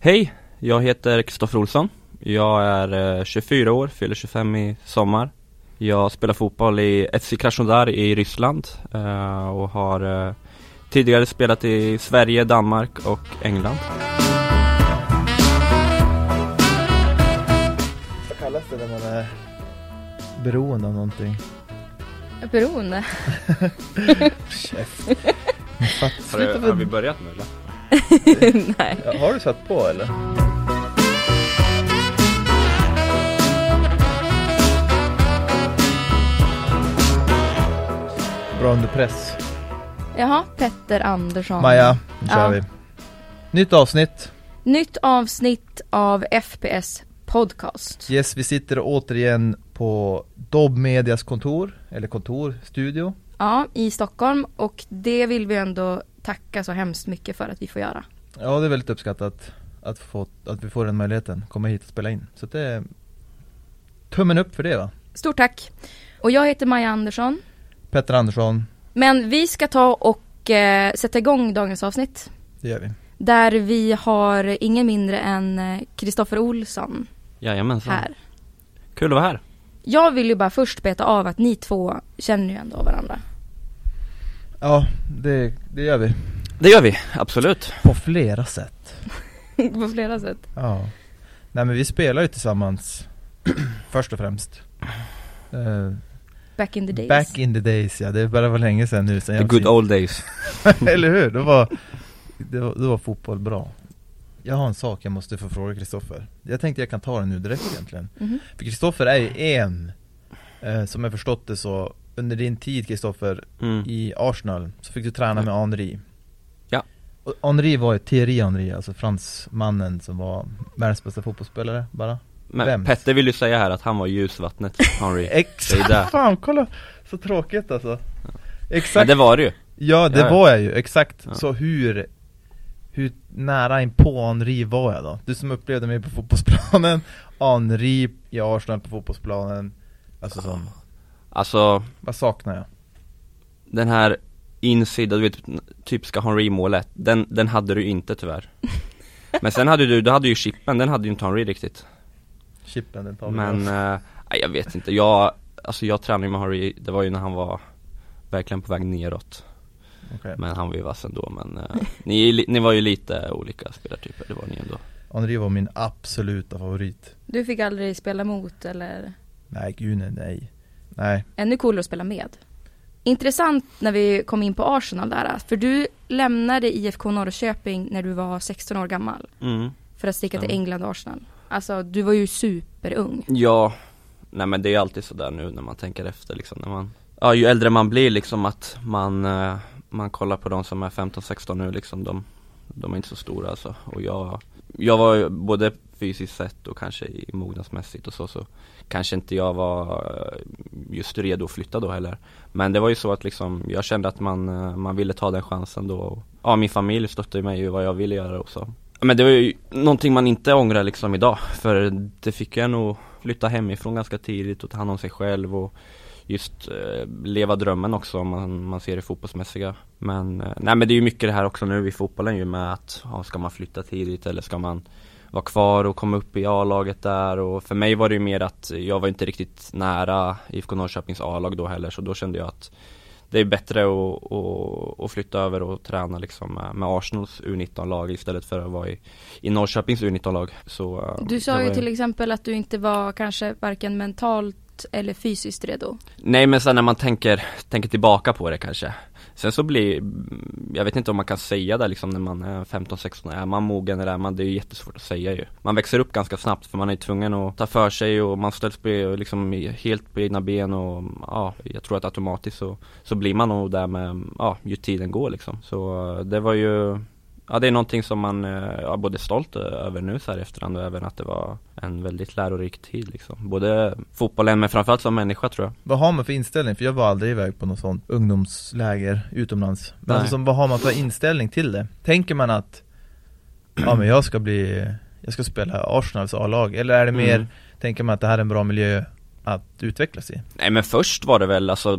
Hej, jag heter Kristoffer Olsson. Jag är 24 år, fyller 25 i sommar. Jag spelar fotboll i FC Krasnodar i Ryssland och har tidigare spelat i Sverige, Danmark och England. Vad kallas det när man är beroende av någonting? Beroende? Käft. Har vi börjat nu eller? Nej. Ja, har du satt på eller? Bra under press. Jaha, Petter Andersson. Maja, nu kör Ja. vi. Nytt avsnitt. Nytt avsnitt av FPS podcast. Yes, vi sitter återigen på Dobb Medias kontor, eller kontorstudio. Ja, i Stockholm. Och det vill vi ändå tacka så hemskt mycket för att vi får göra. Ja, det är väldigt uppskattat att vi får den möjligheten, komma hit och spela in. Så det är tummen upp för det, va? Stort tack. Och jag heter Maja Andersson. Petter Andersson. Men vi ska ta och sätta igång dagens avsnitt. Det gör vi. Där vi har ingen mindre än Kristoffer Olsson Jajamensan. här. Kul att vara här. Jag vill ju bara först beta av att ni två känner ju ändå varandra. Ja, det gör vi. Det gör vi, absolut. På flera sätt. På flera sätt. Ja. Nej, men vi spelar ju tillsammans först och främst. Back in the days. Back in the days, ja. Det var länge sedan nu. The good old days. Eller hur? Då var fotboll bra. Jag har en sak jag måste få fråga Kristoffer. Jag tänkte jag kan ta den nu direkt egentligen. Mhm. För Kristoffer är ju en, som jag förstått det så, under din tid Kristoffer i Arsenal så fick du träna med Henry. Ja. Och Henry var ju Thierry Henry, alltså fransmannen som var världens bästa fotbollsspelare bara. Men Vems? Petter vill ju säga här att han var ljusvattnet, Henry. Exakt, Det är det. fan, kolla. Så tråkigt alltså. Ja. Exakt. Men det var det ju. Ja, det Ja. var jag ju, exakt. Ja. Så hur nära in på Henry var jag då? Du som upplevde mig på fotbollsplanen, Henry i Arsenal på fotbollsplanen. Alltså sån, Alltså, vad saknar jag? den här insida, du vet, typiska Henry-målet, den hade du inte tyvärr. Men sen du hade ju chippen, den hade ju inte Henry riktigt. Chippen, den tar vi. Men, nej, jag vet inte, jag tränade ju med Henry, det var ju när han var verkligen på väg neråt. Okay. Men han var ju vass ändå, men ni var ju lite olika spelartyper, det var ni ändå. Henry var min absoluta favorit. Du fick aldrig spela mot eller? Nej, gud nej. Ännu coolare att spela med. Intressant när vi kom in på Arsenal där. För du lämnade IFK Norrköping när du var 16 år gammal. För att sticka till England och Arsenal. Alltså, du var ju superung. Ja, nej men det är alltid sådär nu när man tänker efter liksom, när man, ja, ju äldre man blir liksom, att man kollar på de som är 15-16 nu liksom, de är inte så stora alltså. Och jag var både fysiskt sett och kanske i mognadsmässigt och så kanske inte jag var just redo att flytta då heller. Men det var ju så att liksom, jag kände att man ville ta den chansen då. Och, ja, min familj stöttade mig i vad jag ville göra också. Men det var ju någonting man inte ångrar liksom idag. För det fick jag nog flytta hemifrån ganska tidigt och ta hand om sig själv och just leva drömmen också om man ser det fotbollsmässiga. Men nej, men det är ju mycket det här också nu i fotbollen ju med att ska man flytta tidigt eller ska man vara kvar och komma upp i A-laget där. Och för mig var det ju mer att jag var inte riktigt nära IFK Norrköpings A-lag då heller, så då kände jag att det är bättre att flytta över och träna liksom med Arsenals U19-lag istället för att vara i Norrköpings U19-lag. Så, du sa ju till exempel att du inte var kanske varken mentalt eller fysiskt redo. Nej, men sen när man tänker tillbaka på det kanske. Sen så jag vet inte om man kan säga det liksom när man är 15-16, är man mogen eller är man, det är ju jättesvårt att säga ju. Man växer upp ganska snabbt för man är tvungen att ta för sig och man ställs på, liksom, helt på egna ben och ja, jag tror att automatiskt så blir man nog där med, ja, ju tiden går liksom. Så det var ju, ja, det är någonting som man är både stolt över nu så här efterhand och även att det var en väldigt lärorik tid liksom. Både fotbollen men framförallt som människa tror jag. Vad har man för inställning? För jag var aldrig iväg på något sånt ungdomsläger utomlands. Men alltså, vad har man för inställning till det? Tänker man att ja, men jag ska spela Arsenals A-lag? Eller är det mer, tänker man att det här är en bra miljö att utvecklas i? Nej, men först var det väl alltså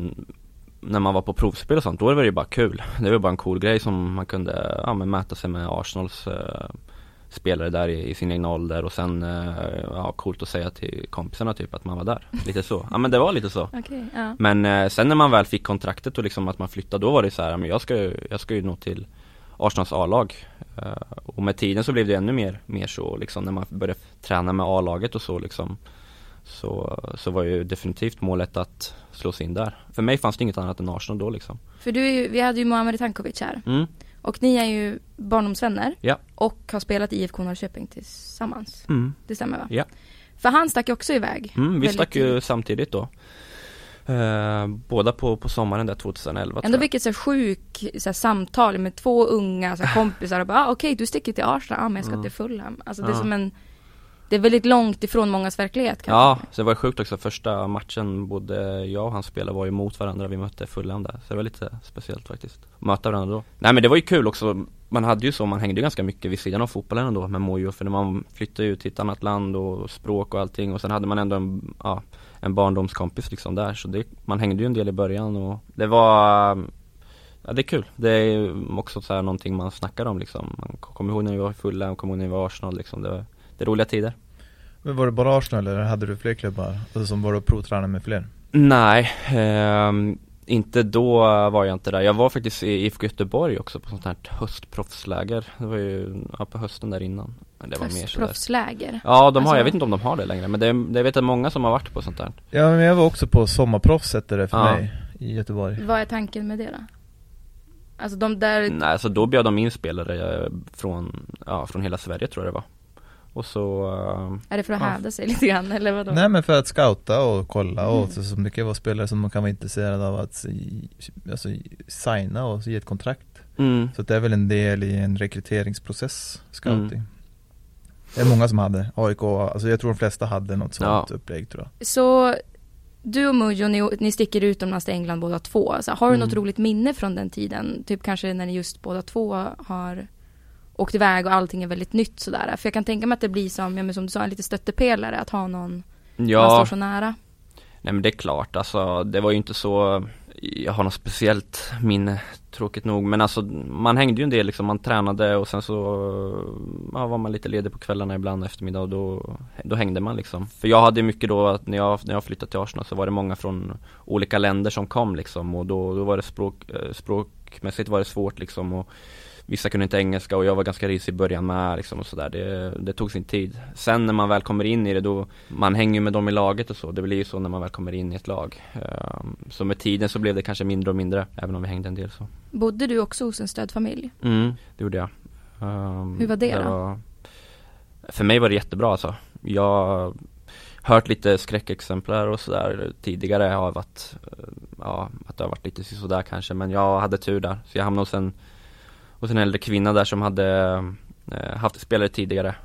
när man var på provspel och sånt, då var det ju bara kul. Det var bara en cool grej som man kunde mäta sig med Arsenals spelare där i sin egen ålder och sen coolt att säga till kompisarna typ att man var där, lite så. Ja men det var lite så. Okay, ja. Men sen när man väl fick kontraktet och liksom att man flyttade, då var det så här, men jag ska ju nå till Arsenals A-lag. Och med tiden så blev det ännu mer så liksom, när man började träna med A-laget och så liksom, så var ju definitivt målet att slå sig in där. För mig fanns det inget annat än Arsenal då liksom. För vi hade ju Mohamed Tankovic här. Och ni är ju barndomsvänner. Ja. Och har spelat i IFK Norrköping tillsammans. Det stämmer va? Ja. För han stack ju också iväg. Vi stack ju samtidigt då. Båda på sommaren där 2011. Ändå vilket så sjuk samtal med 2 unga kompisar och bara okej, du sticker till Arsenal, men jag ska till Fulham. Alltså det är som det är väldigt långt ifrån mångas verklighet kanske. Ja, så det var sjukt också. Första matchen både jag och han spelade var ju mot varandra. Vi mötte Fulham där. Så det var lite speciellt faktiskt. Möta varandra då. Nej men det var ju kul också. Man hängde ju ganska mycket vid sidan av fotbollen ändå med Mojo. För när man flyttade ut till ett annat land och språk och allting. Och sen hade man ändå en barndomskompis liksom där. Så man hängde ju en del i början. Och det var... Ja, det är kul. Det är också så här någonting man snackar om liksom. Man kommer ihåg när vi var i Fulham, kommer ihåg när vi var i Arsenal liksom. Det är roliga tider. Men var det bara Arsenal eller hade du fler klubbar? Alltså som var du provtränare med fler? Nej, inte då var jag inte där. Jag var faktiskt i IFK Göteborg också på sånt här höstproffsläger. Det var ju på hösten där innan. Men det var mer höstproffsläger? Ja, jag vet inte om de har det längre. Men det vet jag många som har varit på sånt där. Ja, men jag var också på sommarproffs efter det för mig i Göteborg. Vad är tanken med det då? Alltså de där... Nej, alltså då bjöd de in spelare från hela Sverige tror jag det var. Och så... är det för att hävda sig lite grann eller vadå? Nej men för att scouta och kolla och så mycket var spelare som man kan vara intresserad av att signa och ge ett kontrakt. Så det är väl en del i en rekryteringsprocess, scouting. Det är många som hade AIK, alltså jag tror de flesta hade något sånt upplägg tror jag. Så du och Mojo, ni sticker utomlands till England båda två. Alltså, har du något roligt minne från den tiden? Typ kanske när ni just båda två har åkt iväg och allting är väldigt nytt sådär. För jag kan tänka mig att det blir som du sa, en lite stöttepelare att ha någon man står så nära. Nej men det är klart, alltså det var ju inte så, jag har något speciellt minne, tråkigt nog, men alltså man hängde ju en del liksom, man tränade och sen så var man lite ledig på kvällarna ibland eftermiddag och då hängde man liksom. För jag hade mycket då att när jag flyttade till Arsenal så var det många från olika länder som kom liksom och då var det språkmässigt var det svårt liksom och vissa kunde inte engelska och jag var ganska risig i början med liksom och sådär. Det tog sin tid. Sen när man väl kommer in i det då, man hänger med dem i laget och så. Det blir ju så när man väl kommer in i ett lag. Så med tiden så blev det kanske mindre och mindre, även om vi hängde en del så. Bodde du också hos en stödfamilj? Det gjorde jag. Hur var det då? För mig var det jättebra alltså. Jag har hört lite skräckexemplar och sådär tidigare av att det har varit lite sådär kanske. Men jag hade tur där. Så jag hamnade hos en äldre kvinna där som hade haft spelare tidigare.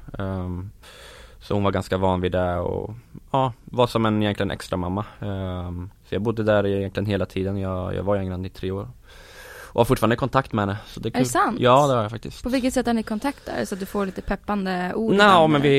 Så hon var ganska van vid det och var som en egentligen extra mamma. Så jag bodde där egentligen hela tiden. Jag var i England i 3 år. Och har fortfarande kontakt med henne. Så det är kul. Är det sant? Ja, det har jag faktiskt. På vilket sätt är ni i kontakt där? Så att du får lite peppande ord? Nej, men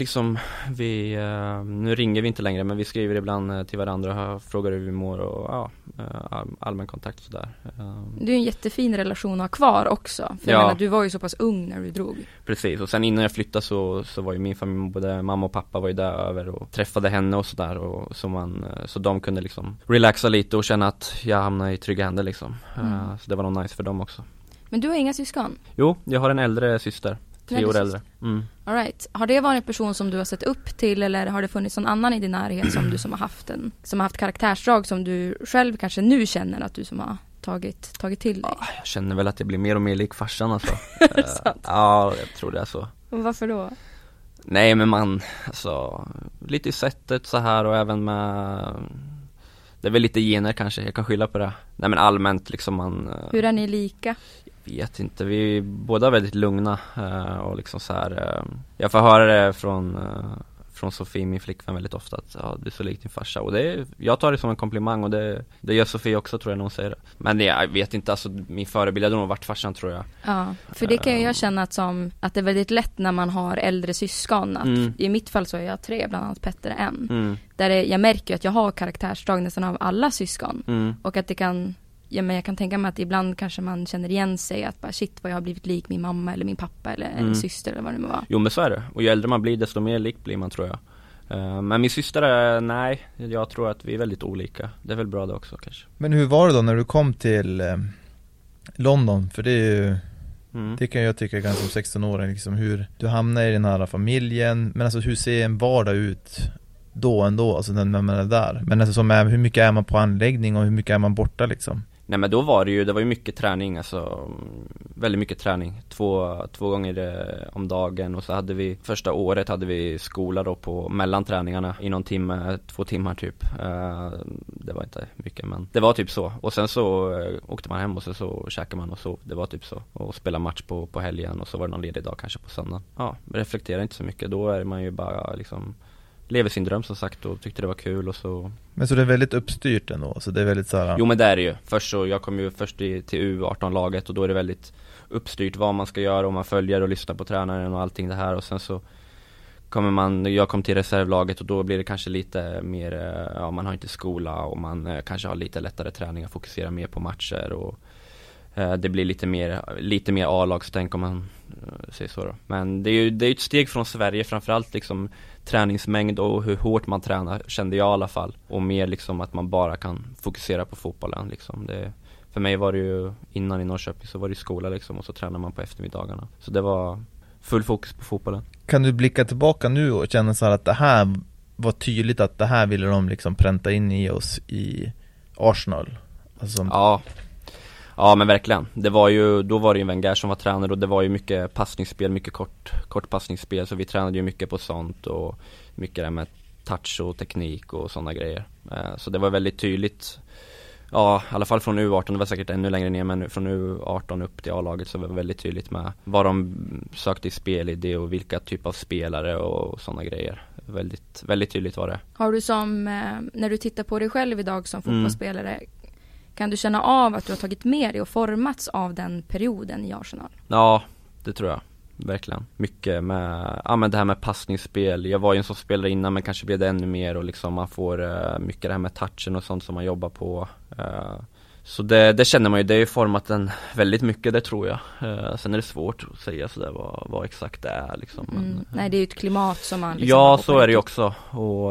nu ringer vi inte längre, men vi skriver ibland till varandra och frågar hur vi mår och allmän kontakt sådär. Det är en jättefin relation att ha kvar också. För jag menar, du var ju så pass ung när du drog. Precis, och sen innan jag flyttade så var ju min familj, både mamma och pappa var ju där över och träffade henne och sådär. Och så de kunde liksom relaxa lite och känna att jag hamnade i trygga händer liksom. Så det var nog nice för dem också. Men du har inga syskon? Jo, jag har en äldre syster. 3 år äldre. All right. Har det varit en person som du har sett upp till eller har det funnits någon annan i din närhet som har haft karaktärsdrag som du själv kanske nu känner att du som har tagit till dig? Jag känner väl att jag blir mer och mer lik farsan alltså. Ja, jag tror det är så. Och varför då? Nej, men lite i sättet så här och även med... Det är väl lite gener kanske, jag kan skylla på det. Nej men allmänt liksom Hur är ni lika? Jag vet inte, vi är båda väldigt lugna och liksom så här. Jag får höra det från Sofie, min flickvän, väldigt ofta att du är så lik din farsa. Och jag tar det som en komplimang och det gör Sofie också tror jag när hon säger det. Men jag vet inte, alltså min förebild hade nog varit farsan tror jag. Ja, för det kan jag känna att det är väldigt lätt när man har äldre syskon. I mitt fall så är jag 3, bland annat Petter en. Där jag märker att jag har karaktärsdrag nästan av alla syskon. Och att det kan ja, men jag kan tänka mig att ibland kanske man känner igen sig att bara shit vad jag har blivit lik min mamma eller min pappa eller en syster eller vad det må vara. Jo men så är det. Och ju äldre man blir desto mer lik blir man tror jag. Men min syster är, nej, jag tror att vi är väldigt olika. Det är väl bra det också kanske. Men hur var det då när du kom till London? För det är ju det kan jag tycka ganska som 16-åring liksom, hur du hamnar i den här familjen. Men alltså hur ser en vardag ut då ändå, alltså när man är där? Men alltså hur mycket är man på anläggning och hur mycket är man borta liksom? Nej men då var det var ju mycket träning, alltså väldigt mycket träning, två gånger om dagen. Och så hade vi, första året hade vi skola då på mellanträningarna i någon timme, 2 timmar typ. Det var inte mycket men det var typ så. Och sen så åkte man hem och så käkade man och så, det var typ så. Och spela match på helgen och så var det någon ledig dag kanske på söndagen. Ja, reflekterar inte så mycket, då är man ju bara liksom lever sin dröm som sagt och tyckte det var kul och så. Men så det är väldigt uppstyrt ändå, så det är väldigt så här... Jo men det är det ju. Först så, jag kom ju först till U18-laget och då är det väldigt uppstyrt vad man ska göra och man följer och lyssnar på tränaren och allting det här. Och sen så jag kom till reservlaget och då blir det kanske lite mer, ja man har inte skola och man kanske har lite lättare träning och fokuserar mer på matcher och det blir lite mer A-lagstänk om man säger så då. Men det är ju ett steg från Sverige, framförallt liksom träningsmängd och hur hårt man tränar, kände jag i alla fall. Och mer liksom att man bara kan fokusera på fotbollen liksom. För mig var det ju, innan i Norrköping så var det skola liksom, och så tränar man på eftermiddagarna. Så det var full fokus på fotbollen. Kan du blicka tillbaka nu och känna så här att det här var tydligt att det här ville de liksom pränta in i oss i Arsenal? Alltså... Ja men verkligen. Då var det ju Wenger som var tränare och det var ju mycket passningsspel, mycket kort passningsspel, så vi tränade ju mycket på sånt och mycket där med touch och teknik och sådana grejer. Så det var väldigt tydligt. Ja, i alla fall från U18, det var säkert ännu längre ner, men från U18 upp till A-laget så var det väldigt tydligt med vad de sökte i spelidé och vilka typ av spelare och sådana grejer. Väldigt, väldigt tydligt var det. Har du när du tittar på dig själv idag som fotbollsspelare, kan du känna av att du har tagit med dig och formats av den perioden i Arsenal? Ja, det tror jag. Verkligen. Mycket med det här med passningsspel. Jag var ju en sån spelare innan, men kanske blev det ännu mer och liksom man får mycket det här med touchen och sånt som man jobbar på. Så det känner man ju, det är ju format en väldigt mycket, det tror jag. Sen är det svårt att säga sådär vad exakt det är liksom. Nej, det är ju ett klimat som man liksom ja, så är det ju också. Och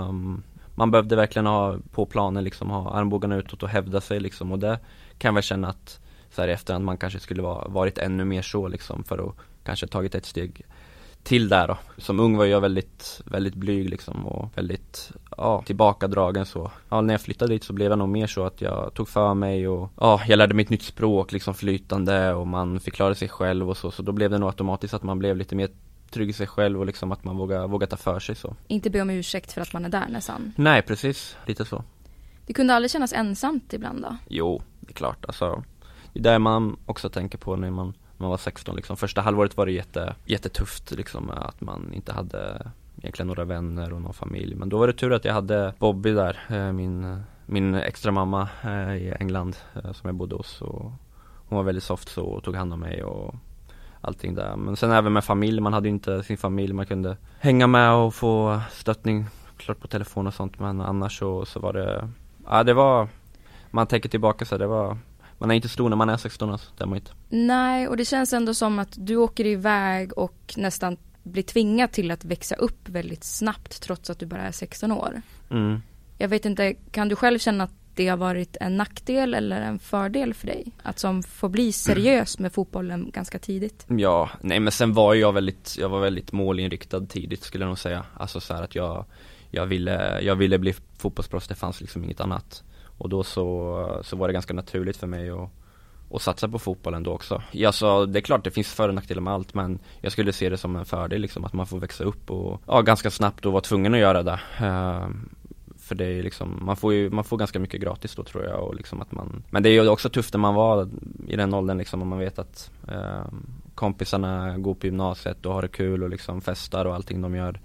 man behövde verkligen ha på planen liksom, ha armbågarna utåt och hävda sig liksom, och det kan jag väl känna att så här efterhand man kanske skulle varit ännu mer så liksom, för att kanske tagit ett steg till där då. Som ung var jag väldigt, väldigt blyg liksom, och väldigt tillbakadragen så. Ja, när jag flyttade dit så blev jag nog mer så att jag tog för mig och jag lärde mig ett nytt språk liksom, flytande, och man fick klara sig själv och så då blev det nog automatiskt att man blev lite mer trygg i sig själv och liksom att man vågar ta för sig så. Inte be om ursäkt för att man är där nästan. Nej, precis. Lite så. Det kunde aldrig kännas ensamt ibland då? Jo, det är klart. Alltså, det är där man också tänker på när man var 16 liksom. Första halvåret var det jättetufft liksom, att man inte hade egentligen några vänner och någon familj. Men då var det tur att jag hade Bobby där, min extra mamma i England som jag bodde hos. Och hon var väldigt soft så och tog hand om mig och allting där. Men sen även med familj, man hade ju inte sin familj man kunde hänga med och få stöttning klart på telefon och sånt, men annars så var det, det var, man tänker tillbaka så det var, man är inte stor när man är 16 alltså, det är man inte. Nej, och det känns ändå som att du åker iväg och nästan blir tvingad till att växa upp väldigt snabbt trots att du bara är 16 år. Jag vet inte, kan du själv känna att det har varit en nackdel eller en fördel för dig? Att som får bli seriös med fotbollen ganska tidigt? Ja, nej men sen var jag var väldigt målinriktad tidigt skulle jag nog säga. Alltså så här att jag ville bli fotbollsproffs, det fanns liksom inget annat. Och då så var det ganska naturligt för mig att satsa på fotbollen då också. Alltså, det är klart det finns för- och nackdelar med allt, men jag skulle se det som en fördel liksom, att man får växa upp och ganska snabbt och vara tvungen att göra det. För det är liksom, man får ganska mycket gratis då tror jag, och liksom att men det är ju också tufft när man var i den åldern liksom, och man vet att kompisarna går på gymnasiet och har det kul och liksom festar och allting de gör,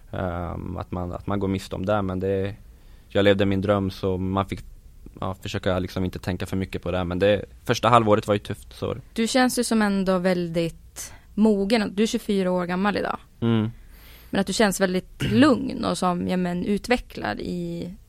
att man går miste om det, men jag levde min dröm så man fick försöka liksom inte tänka för mycket på det, men det första halvåret var ju tufft så. Du känns ju som ändå väldigt mogen, du är 24 år gammal idag. Men att du känns väldigt lugn och som utvecklad i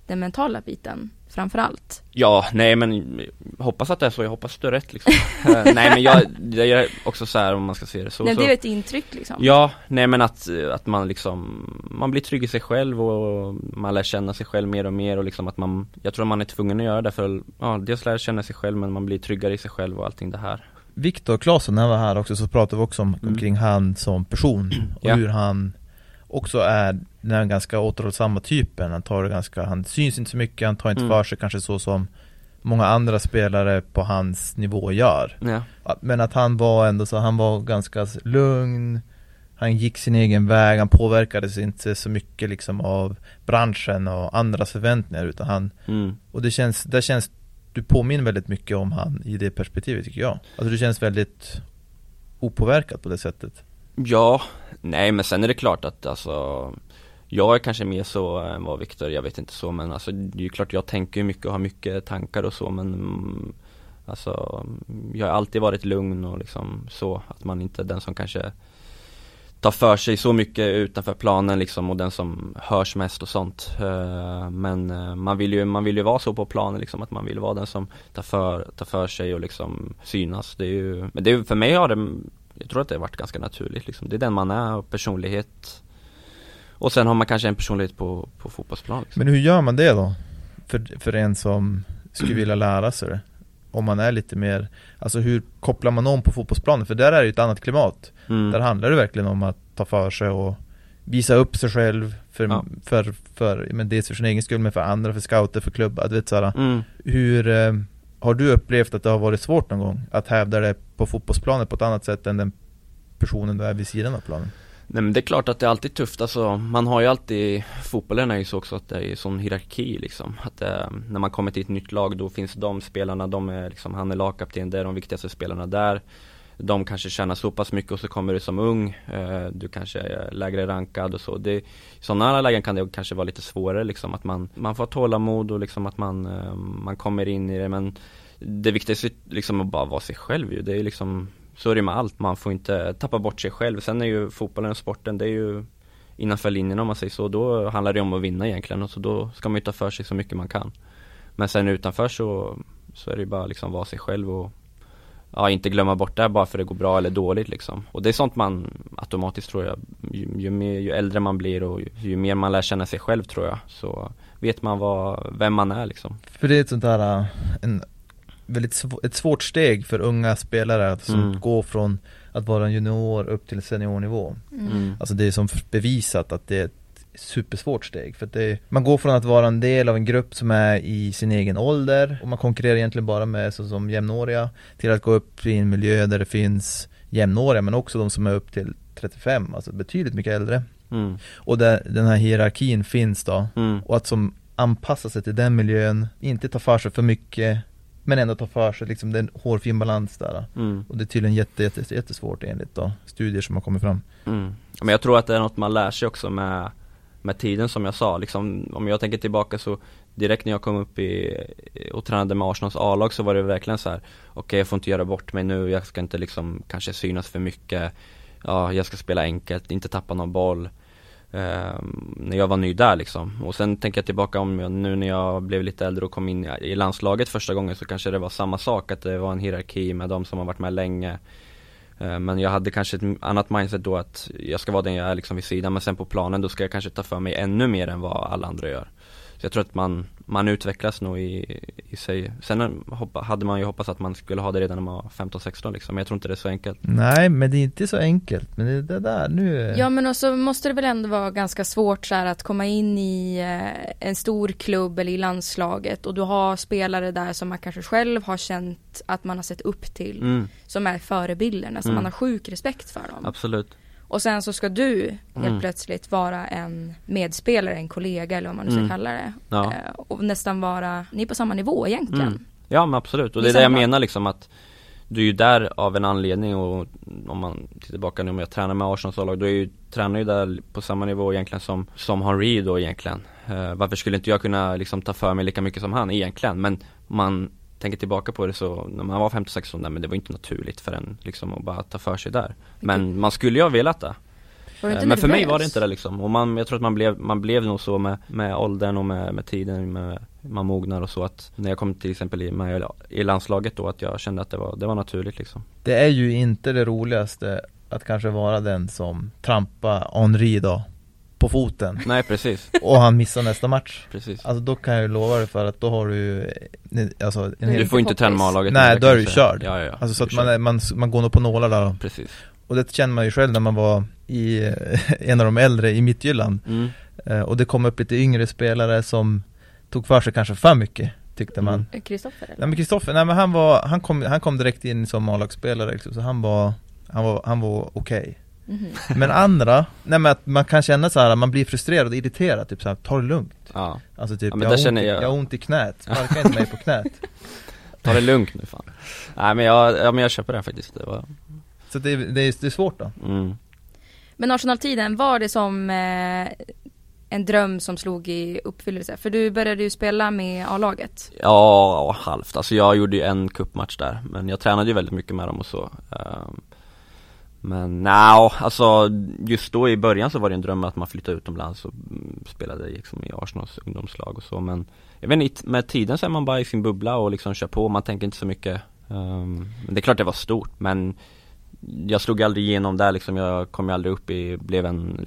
den mentala biten framförallt. Ja, nej men hoppas att det är så, jag hoppas att du är rätt liksom. Nej men jag är också så här om man ska se det så. Nej, det är ett intryck liksom. Ja, nej men att man liksom, man blir trygg i sig själv och man lär känna sig själv mer och mer och liksom att jag tror att man är tvungen att göra det för dels lär känna sig själv men man blir tryggare i sig själv och allting det här. Viktor Claesson, när han var här också så pratade vi också omkring han som person och hur han också är den ganska återhållsamma typen. Han syns inte så mycket, han tar inte för sig kanske så som många andra spelare på hans nivå gör. Ja. Men att han var ändå så, han var ganska lugn, han gick sin egen väg, han påverkades inte så mycket liksom av branschen och andras förväntningar utan och det känns du påminner väldigt mycket om han i det perspektivet tycker jag. Alltså du känns väldigt opåverkad på det sättet. Ja, nej men sen är det klart att alltså jag är kanske mer så än vad Viktor, jag vet inte så men alltså det är ju klart jag tänker mycket och har mycket tankar och så men alltså jag har alltid varit lugn och liksom så att man inte är den som kanske tar för sig så mycket utanför planen liksom och den som hörs mest och sånt men man vill ju vara så på planen liksom att man vill vara den som tar för sig och liksom synas. Men det är för mig jag tror att det har varit ganska naturligt liksom. Det är den man är och personlighet. Och sen har man kanske en personlighet på fotbollsplan liksom. Men hur gör man det då? För en som skulle vilja lära sig det? Om man är lite mer, alltså hur kopplar man om på fotbollsplanen? För där är det ju ett annat klimat. Där handlar det verkligen om att ta för sig och visa upp sig själv men dels för sin egen skull men för andra, för scouter, för klubbar, vet såhär. Hur har du upplevt att det har varit svårt någon gång att hävda det på fotbollsplanen på ett annat sätt än den personen du är vid sidan av planen? Nej men det är klart att det är alltid tufft alltså, man har ju alltid, fotbollen är ju så också att det är sån hierarki liksom, att när man kommer till ett nytt lag då finns de spelarna, de är liksom, han är lagkapten, det är de viktigaste spelarna där, de kanske tjänar så pass mycket och så kommer du som ung, du kanske är lägre rankad och så, i sådana lägen kan det kanske vara lite svårare liksom, att man får tålamod och liksom att man kommer in i det, men det viktigaste är liksom att bara vara sig själv ju, det är liksom så är det med allt, man får inte tappa bort sig själv. Sen är ju fotbollen och sporten, det är ju innanför linjen om man säger så, då handlar det om att vinna egentligen och så då ska man ju ta för sig så mycket man kan. Men sen utanför så är det ju bara liksom vara sig själv och inte glömma bort det bara för det går bra eller dåligt liksom. Och det är sånt man automatiskt tror jag, ju äldre man blir och ju mer man lär känna sig själv tror jag, så vet man vem man är liksom. För det är ett sånt där ett svårt steg för unga spelare att gå från att vara en junior upp till seniornivå. Alltså det är som bevisat att det är ett supersvårt steg, för att man går från att vara en del av en grupp som är i sin egen ålder och man konkurrerar egentligen bara med så som jämnåriga till att gå upp i en miljö där det finns jämnåriga men också de som är upp till 35, alltså betydligt mycket äldre. Och där den här hierarkin finns då och att som anpassa sig till den miljön, inte ta för sig för mycket men ändå ta för sig liksom den hårfin balans där. Och det är tydligen jättesvårt enligt då studier som har kommit fram. Men jag tror att det är något man lär sig också med tiden som jag sa. Liksom, om jag tänker tillbaka så direkt när jag kom upp och tränade med Arsenals A-lag så var det verkligen så här: okej, jag får inte göra bort mig nu, jag ska inte liksom kanske synas för mycket. Jag ska spela enkelt, inte tappa någon boll. När jag var ny där liksom. Och sen tänker jag tillbaka nu när jag blev lite äldre och kom in i landslaget första gången, så kanske det var samma sak, att det var en hierarki med de som har varit med länge. Men jag hade kanske ett annat mindset då, att jag ska vara den jag är liksom vid sidan, men sen på planen då ska jag kanske ta för mig ännu mer än vad alla andra gör. Så jag tror att man utvecklas nog i sig. Sen hade man ju hoppats att man skulle ha det redan när man var 15-16 liksom. Men jag tror inte det är så enkelt. Nej, men det är inte så enkelt. Men det där nu... Ja, men också måste det väl ändå vara ganska svårt så här, att komma in i en stor klubb eller i landslaget. Och du har spelare där som man kanske själv har känt att man har sett upp till. Som är förebilderna, som man har sjuk respekt för dem. Absolut. Och sen så ska du helt plötsligt vara en medspelare, en kollega eller vad man nu ska kalla det. Ja. Och nästan vara, ni är på samma nivå egentligen. Ja, men absolut. Och det är det jag menar liksom, att du är ju där av en anledning. Och om man tittar tillbaka nu, om jag tränar med Arsenals lag, då tränar ju där på samma nivå egentligen som Henry då egentligen. Varför skulle inte jag kunna liksom ta för mig lika mycket som han egentligen? Men man tänker tillbaka på det, så när man var 15-16 där, men det var inte naturligt för en liksom att bara ta för sig där. Men man skulle ju ha velat det. Men för mig var det inte det liksom. Och jag tror att man blev nog så med åldern och med tiden, man mognar och så, att när jag kom till exempel i landslaget då, att jag kände att det var naturligt liksom. Det är ju inte det roligaste att kanske vara den som trampar Henry då på foten. Nej, precis. Och han missar nästa match. Precis. Alltså då kan jag ju lova dig, för att då har du alltså du får inte träna med A-laget. Nej, då är du körd. Ja. Alltså så att man går nog på nålar där. Precis. Och det känner man ju själv när man var i en av de äldre i Midtjylland. Och det kom upp lite yngre spelare som tog för sig kanske för mycket, tyckte man. Kristoffer eller? Nej, men Kristoffer, han kom direkt in som A-lagsspelare liksom, så han var okej. Men andra, men att man kan känna så här, man blir frustrerad och irriterad, typ så här, ta det lugnt. Ja. Alltså typ, jag har ont i knät, sparka inte mig på knät. Ta det lugnt nu fan. Nej, men jag köper det faktiskt. Så det är svårt då. Men Arsenal-tiden, var det som en dröm som slog i uppfyllelse? För du började ju spela med A-laget. Ja, halvt. Alltså jag gjorde ju en cupmatch där, men jag tränade ju väldigt mycket med dem och så. Men alltså just då i början så var det en dröm att man flyttade utomlands och spelade liksom i Arsenals ungdomslag och så. Men jag vet inte, med tiden så är man bara i sin bubbla och liksom kör på, man tänker inte så mycket. Men det är klart det var stort, men jag slog aldrig igenom där liksom. Jag kom aldrig upp blev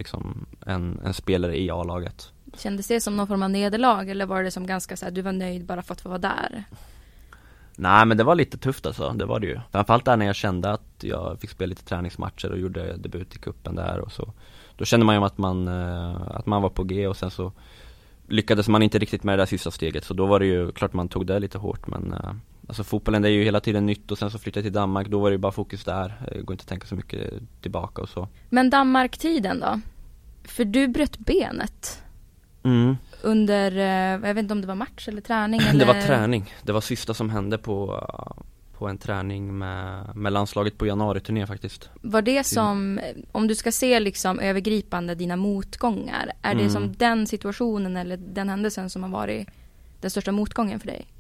en spelare i A-laget. Kändes det som någon form av nederlag, eller var det som ganska så här, du var nöjd bara för att få vara där? Nej, men det var lite tufft alltså, det var det ju. Framförallt där när jag kände att jag fick spela lite träningsmatcher och gjorde debut i kuppen där och så. Då kände man ju att man var på G, och sen så lyckades man inte riktigt med det där sista steget. Så då var det ju klart man tog det lite hårt, men alltså fotbollen, det är ju hela tiden nytt, och sen så flyttade jag till Danmark, då var det ju bara fokus där. Det går inte att tänka så mycket tillbaka och så. Men Danmark-tiden då? För du bröt benet. Under, jag vet inte om det var match eller träning eller... Det var träning, det var sista som hände på en träning med landslaget på januari-turné faktiskt. Var det som, om du ska se liksom övergripande dina motgångar, är det som den situationen eller den händelsen som har varit den största motgången för dig?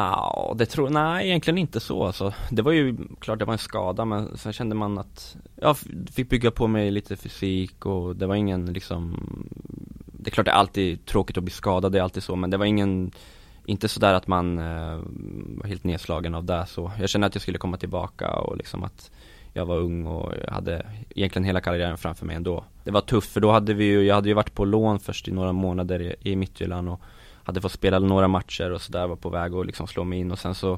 Nej, egentligen inte så alltså. Det var ju klart, det var en skada, men sen kände man att jag fick bygga på mig lite fysik, och det var ingen liksom... Det är klart det är alltid tråkigt att bli skadad, det är alltid så, men det var inte så där att man var helt nedslagen av det. Så jag kände att jag skulle komma tillbaka, och liksom att jag var ung och jag hade egentligen hela karriären framför mig ändå. Det var tufft, för då jag hade ju varit på lån först i några månader i Midtjylland och hade fått spela några matcher och så där, var på väg att liksom slå mig in, och sen så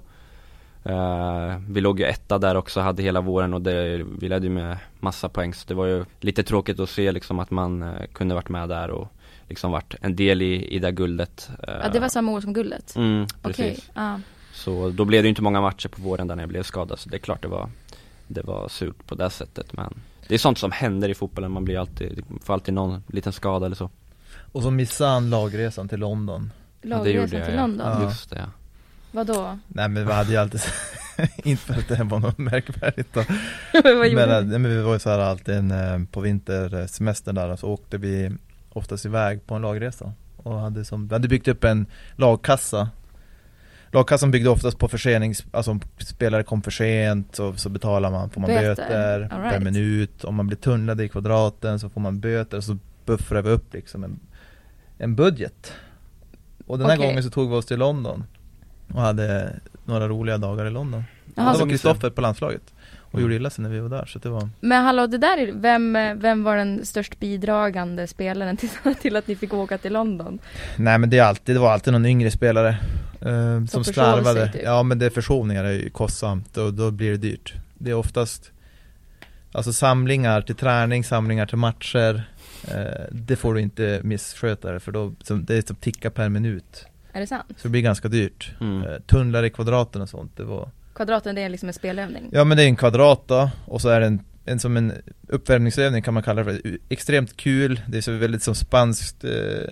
vi låg ju etta där också, hade hela våren, och vi ledde ju med massa poäng, så det var ju lite tråkigt att se liksom att man kunde varit med där och liksom varit en del i det guldet. Ja, det var samma år som guldet? Precis. Okay. Så då blev det ju inte många matcher på våren där när jag blev skadad, så det är klart det var surt på det sättet, men det är sånt som händer i fotbollen, man får alltid någon liten skada eller så. Och så missade han lagresan till London. Lagresan till London? Ja. Just det, ja. Vadå? Nej, men vi hade ju alltid inte för att det var något märkvärdigt då. men vi var ju så här alltid på vintersemester där, och så åkte vi oftast iväg på en lagresa och hade byggt upp en lagkassa. Lagkassan byggde oftast på försening, alltså om spelare kom för sent så betalar man, får man böter per minut. Om man blir tunnlad i kvadraten så får man böter, och så buffrar vi upp liksom en budget. Och den här gången så tog vi oss till London och hade några roliga dagar i London. Jaha, och då var Kristoffer på landslaget och gjorde illa sig när vi var där, så det var... Men hallå, det där, vem var den störst bidragande spelaren till att ni fick åka till London? Nej, men det var alltid någon yngre spelare som slarvade. Typ. Ja, men det är försovningar är ju kostsamt, och då blir det dyrt. Det är oftast alltså samlingar till träning, samlingar till matcher. Det får du inte missköta det, för då, det är som ticka per minut. Är det sant? Så det blir ganska dyrt. Tunnlar i kvadraten och sånt, det var... Kvadraten, det är liksom en spelövning? Ja, men det är en kvadrat då, och så är det en som en uppvärmningsövning kan man kalla det för. Extremt kul, det är så väldigt som spanskt,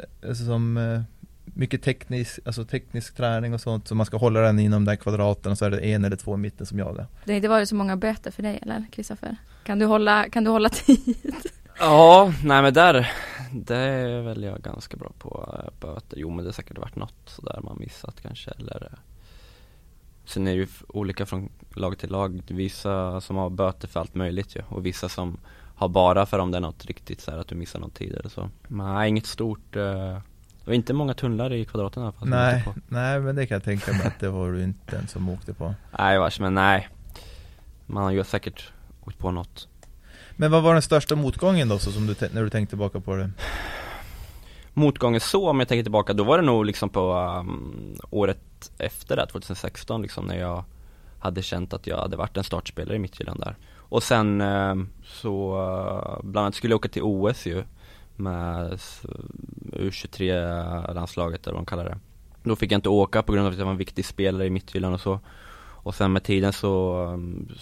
som mycket teknisk träning och sånt, så man ska hålla den inom den kvadraten, och så är det 1 eller 2 i mitten som jagar. Det har inte varit så många böter för dig, eller Kristoffer? Kan du hålla tid? Ja, nej, men det är väl jag ganska bra på böter. Jo, men det har säkert varit något så där man missat kanske, eller... Sen är det ju olika från lag till lag. Vissa som har böter för allt möjligt ju, och vissa som ha bara för om det är något riktigt så här att du missar någon tid eller så. Nej, inget stort. Det var inte många tunnlar i kvadraten i alla fall. Nej, men det kan jag tänka mig att det var du inte den som åkte på. Nej, vars, men nej. Man har ju säkert åkt på något. Men vad var den största motgången då, så som när du tänkte tillbaka på det? Motgången så, om jag tänker tillbaka, då var det nog liksom på året efter det, 2016 liksom, när jag hade känt att jag hade varit en startspelare i Midtjylland där. Och sen så bland annat skulle jag åka till OS ju med U23-landslaget eller vad de kallar det. Då fick jag inte åka på grund av att jag var en viktig spelare i Midtjylland och så. Och sen med tiden så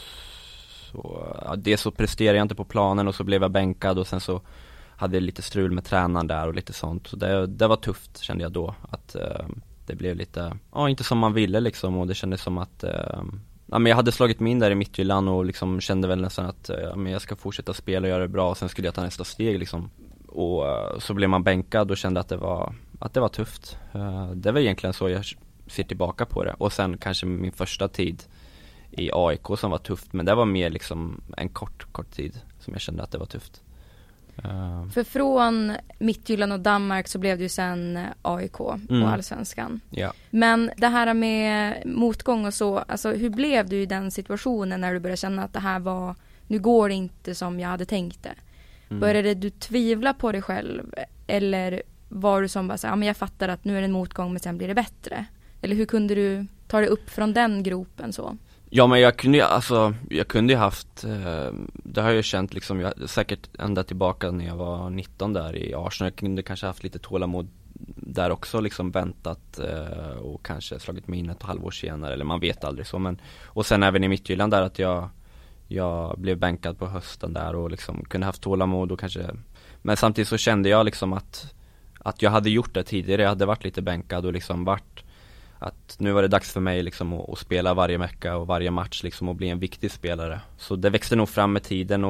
det så presterade jag inte på planen och så blev jag bänkad och sen så hade jag lite strul med tränaren där och lite sånt. Så det var tufft, kände jag då, att det blev lite, inte som man ville liksom, och det kändes som att men jag hade slagit mig in där i Midtjylland och liksom kände väl nästan att men jag ska fortsätta spela och göra det bra och sen skulle jag ta nästa steg liksom. Och så blev man bänkad och kände att det var tufft. Det var egentligen så jag ser tillbaka på det. Och sen kanske min första tid i AIK som var tufft, men det var mer liksom en kort tid som jag kände att det var tufft. För från Midtjylland och Danmark så blev det ju sen AIK och Allsvenskan. Ja. Men det här med motgång och så, alltså hur blev du i den situationen när du började känna att det här var, nu går det inte som jag hade tänkt det? Började du tvivla på dig själv? Eller var du som bara så, men jag fattar att nu är det en motgång men sen blir det bättre? Eller hur kunde du ta dig upp från den gropen så? Ja, men jag kunde ju haft, det har jag ju känt liksom, jag säkert ända tillbaka när jag var 19 där i Arsenal, jag kunde kanske haft lite tålamod där också, liksom väntat och kanske slagit mig in ett halvår senare, eller man vet aldrig så, men och sen även i Midtjylland där att jag blev bänkad på hösten där och liksom kunde haft tålamod och kanske, men samtidigt så kände jag liksom att jag hade gjort det tidigare, jag hade varit lite bänkad och liksom varit att nu var det dags för mig liksom att spela varje vecka och varje match liksom och bli en viktig spelare. Så det växte nog fram med tiden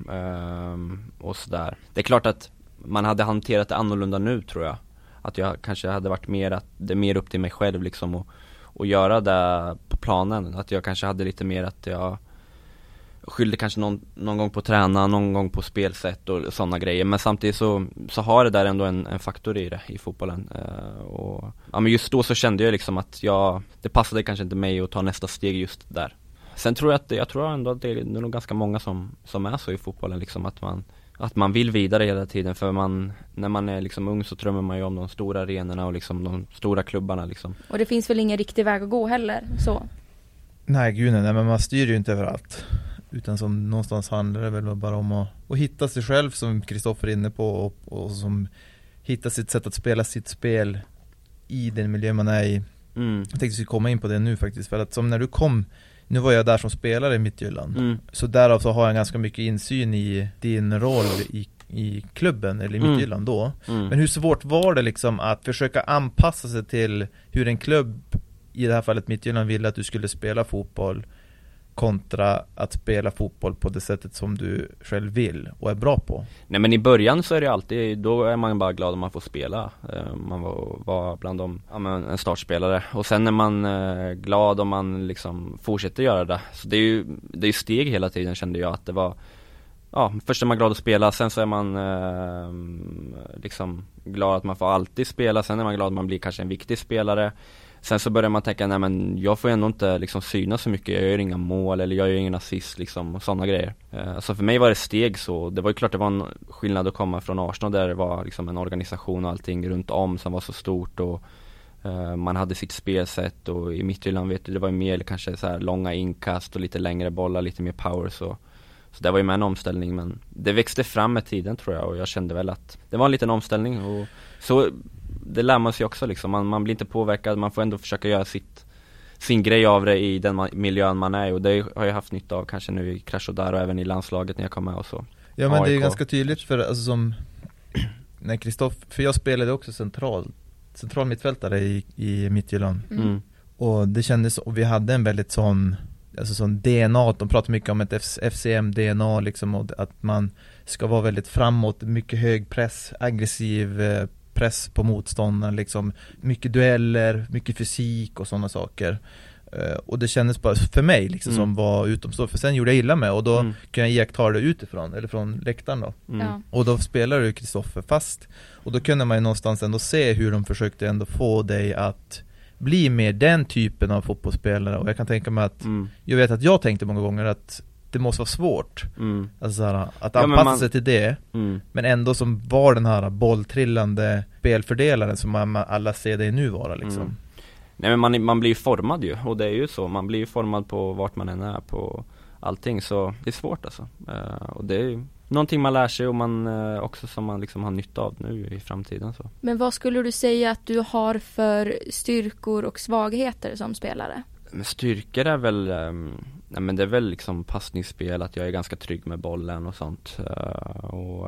och sådär. Det är klart att man hade hanterat det annorlunda nu, tror jag. Att jag kanske hade varit mer upp till mig själv liksom och göra det på planen. Att jag kanske hade lite mer att jag skyllde kanske någon gång på träna, någon gång på spelsätt och sådana grejer. Men samtidigt så har det där ändå en faktor i det, i fotbollen. Och men just då så kände jag liksom att det passade kanske inte mig att ta nästa steg just där. Sen tror jag ändå att det är nog ganska många som är så i fotbollen liksom, att man vill vidare hela tiden, för när man är liksom ung så drömmer man ju om de stora arenorna och liksom de stora klubbarna liksom. Och det finns väl ingen riktig väg att gå heller, så? Nej, gud nej, men man styr ju inte överallt. Utan som någonstans handlar det väl bara om att hitta sig själv, som Kristoffer är inne på, och som hitta sitt sätt att spela sitt spel i den miljö man är i. Jag tänkte att vi skulle komma in på det nu faktiskt, för att som när du kom, nu var jag där som spelare i Midtjylland, så därav så har jag ganska mycket insyn i din roll i klubben eller i Midtjylland då. Men hur svårt var det liksom att försöka anpassa sig till hur en klubb, i det här fallet Midtjylland, ville att du skulle spela fotboll kontra att spela fotboll på det sättet som du själv vill och är bra på? Nej, men i början så är det alltid, då är man bara glad om man får spela. Man var bland dem en startspelare. Och sen är man glad om man liksom fortsätter göra det. Så det är ju steg hela tiden, kände jag att det var. Först är man glad att spela, sen så är man liksom glad att man får alltid spela. Sen är man glad att man blir kanske en viktig spelare. Sen så börjar man tänka, nej men jag får ändå inte liksom synas så mycket, jag gör inga mål eller jag gör ingen assist liksom, och sådana grejer. Så för mig var det steg så, det var ju klart det var en skillnad att komma från Arsenal där det var liksom en organisation och allting runt om som var så stort och man hade sitt spelsätt, och i Midtjylland vet du, det var ju mer kanske så här långa inkast och lite längre bollar, lite mer power så det var ju med en omställning, men det växte fram med tiden tror jag, och jag kände väl att det var en liten omställning, och så det lär man sig också liksom, man blir inte påverkad, man får ändå försöka göra sin grej av det i den miljön man är, och det har jag haft nytta av kanske nu i Krasnodar och även i landslaget när jag kom med och så. Ja, men AIK. Det är ganska tydligt för alltså, som när för jag spelade också central mittfältare i Midtjylland. Och det kändes, och vi hade en väldigt sån DNA, de pratar mycket om ett FCM-DNA liksom, och att man ska vara väldigt framåt, mycket hög press, aggressiv press på motståndaren liksom, mycket dueller, mycket fysik och sådana saker. Och det kändes bara för mig liksom som var utomstående. För sen gjorde jag illa med och då kunde jag iaktta det utifrån eller från läktaren då. Och då spelade ju Kristoffer fast. Och då kunde man ju någonstans ändå se hur de försökte ändå få dig att bli mer den typen av fotbollsspelare. Och jag kan tänka mig att jag vet att jag tänkte många gånger att det måste vara svårt alltså att anpassa sig till det men ändå som var den här bolltrillande spelfördelaren som alla ser det nu vara liksom. Nej, men man blir ju formad ju, och det är ju så, man blir ju formad på vart man än är på allting, så det är svårt alltså. Och det är ju någonting man lär sig och man också som man liksom har nytta av nu i framtiden så. Men vad skulle du säga att du har för styrkor och svagheter som spelare? Men styrkor är väl nej, men det är väl liksom passningsspel, att jag är ganska trygg med bollen och sånt och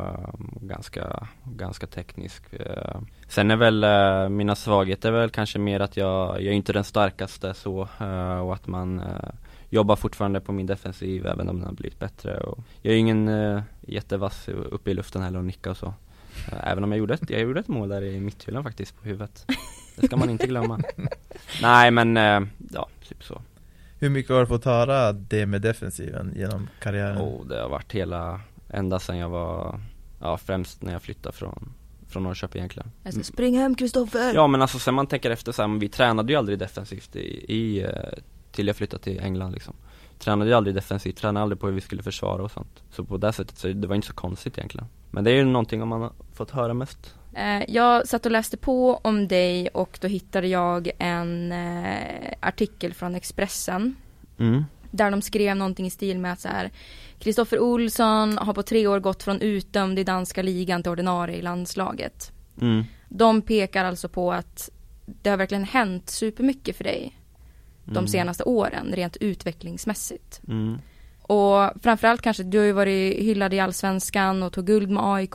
ganska teknisk. Sen är väl mina svagheter är väl kanske mer att jag är inte den starkaste så och att man jobbar fortfarande på min defensiv även om den har blivit bättre, och jag är ingen jättevass uppe i luften heller och nicka och så. Även om jag gjorde ett mål där i mitthyllan faktiskt på huvudet. Det ska man inte glömma. Nej men ja, typ så. Hur mycket har du fått höra det med defensiven genom karriären? Det har varit ända sedan jag var, främst när jag flyttade från Norrköping egentligen. Alltså, spring hem Kristoffer! Ja men alltså sen man tänker efter så här, vi tränade ju aldrig defensivt till jag flyttade till England liksom. Tränade ju aldrig defensivt, tränade aldrig på hur vi skulle försvara och sånt. Så på det sättet så det var inte så konstigt egentligen. Men det är ju någonting om man har fått höra mest. Jag satt och läste på om dig och då hittade jag en artikel från Expressen. Där de skrev någonting i stil med att så här: Kristoffer Olsson har på 3 år gått från utdömd i danska ligan till ordinarie i landslaget. De pekar alltså på att det har verkligen hänt supermycket för dig de senaste åren, rent utvecklingsmässigt. Och framförallt kanske, du har ju varit hyllad i Allsvenskan och tog guld med AIK.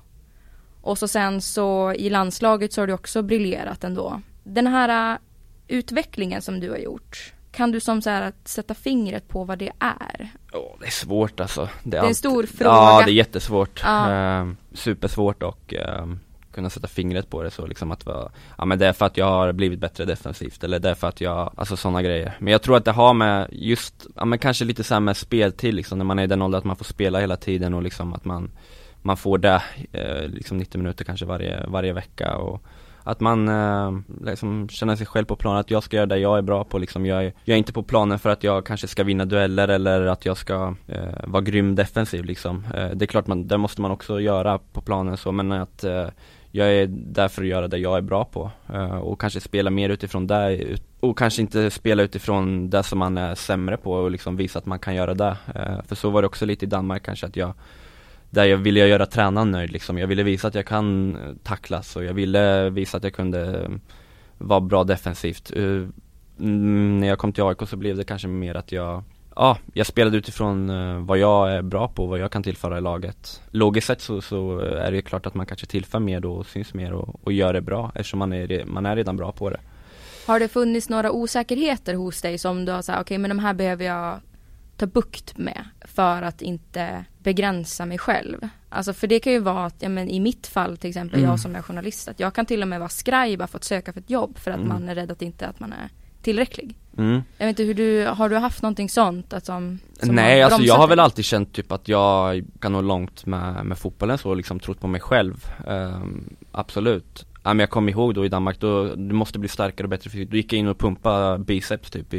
Och så sen så i landslaget så har du också briljerat ändå. Den här utvecklingen som du har gjort, kan du som så här att sätta fingret på vad det är? Det är svårt alltså. Det är en stor fråga. Ja, det är jättesvårt. Supersvårt och kunna sätta fingret på det så liksom att men det är för att jag har blivit bättre defensivt eller det är för att jag, alltså sådana grejer. Men jag tror att det har med just, men kanske lite så här med speltid liksom, när man är i den åldern att man får spela hela tiden och liksom att man får det liksom 90 minuter kanske varje vecka, och att man liksom känner sig själv på planen att jag ska göra det jag är bra på liksom. Jag är inte på planen för att jag kanske ska vinna dueller eller att jag ska vara grym defensiv liksom. Det är klart det måste man också göra på planen så, men att jag är där för att göra det jag är bra på och kanske spela mer utifrån det och kanske inte spela utifrån det som man är sämre på och liksom visa att man kan göra det. För så var det också lite i Danmark kanske, att jag ville göra tränaren nöjd liksom. Jag ville visa att jag kan tacklas och jag ville visa att jag kunde vara bra defensivt. När jag kom till AIK så blev det kanske mer att jag spelade utifrån vad jag är bra på, vad jag kan tillföra i laget. Logiskt sett så är det klart att man kanske tillför mer då och syns mer och gör det bra eftersom man är redan bra på det. Har det funnits några osäkerheter hos dig som du har sagt, okej, men de här behöver jag ta bukt med för att inte begränsa mig själv? Alltså för det kan ju vara att, i mitt fall till exempel, jag som är journalist, att jag kan till och med vara skraj bara för att söka för ett jobb för att man är rädd att man är tillräcklig. Jag vet inte, har du haft någonting sånt att som nej, alltså jag har väl alltid känt typ att jag kan nå långt med fotbollen så, liksom trott på mig själv. Absolut. Men jag kommer ihåg då i Danmark, då du måste bli starkare och bättre fysik. Då gick jag in och pumpa biceps typ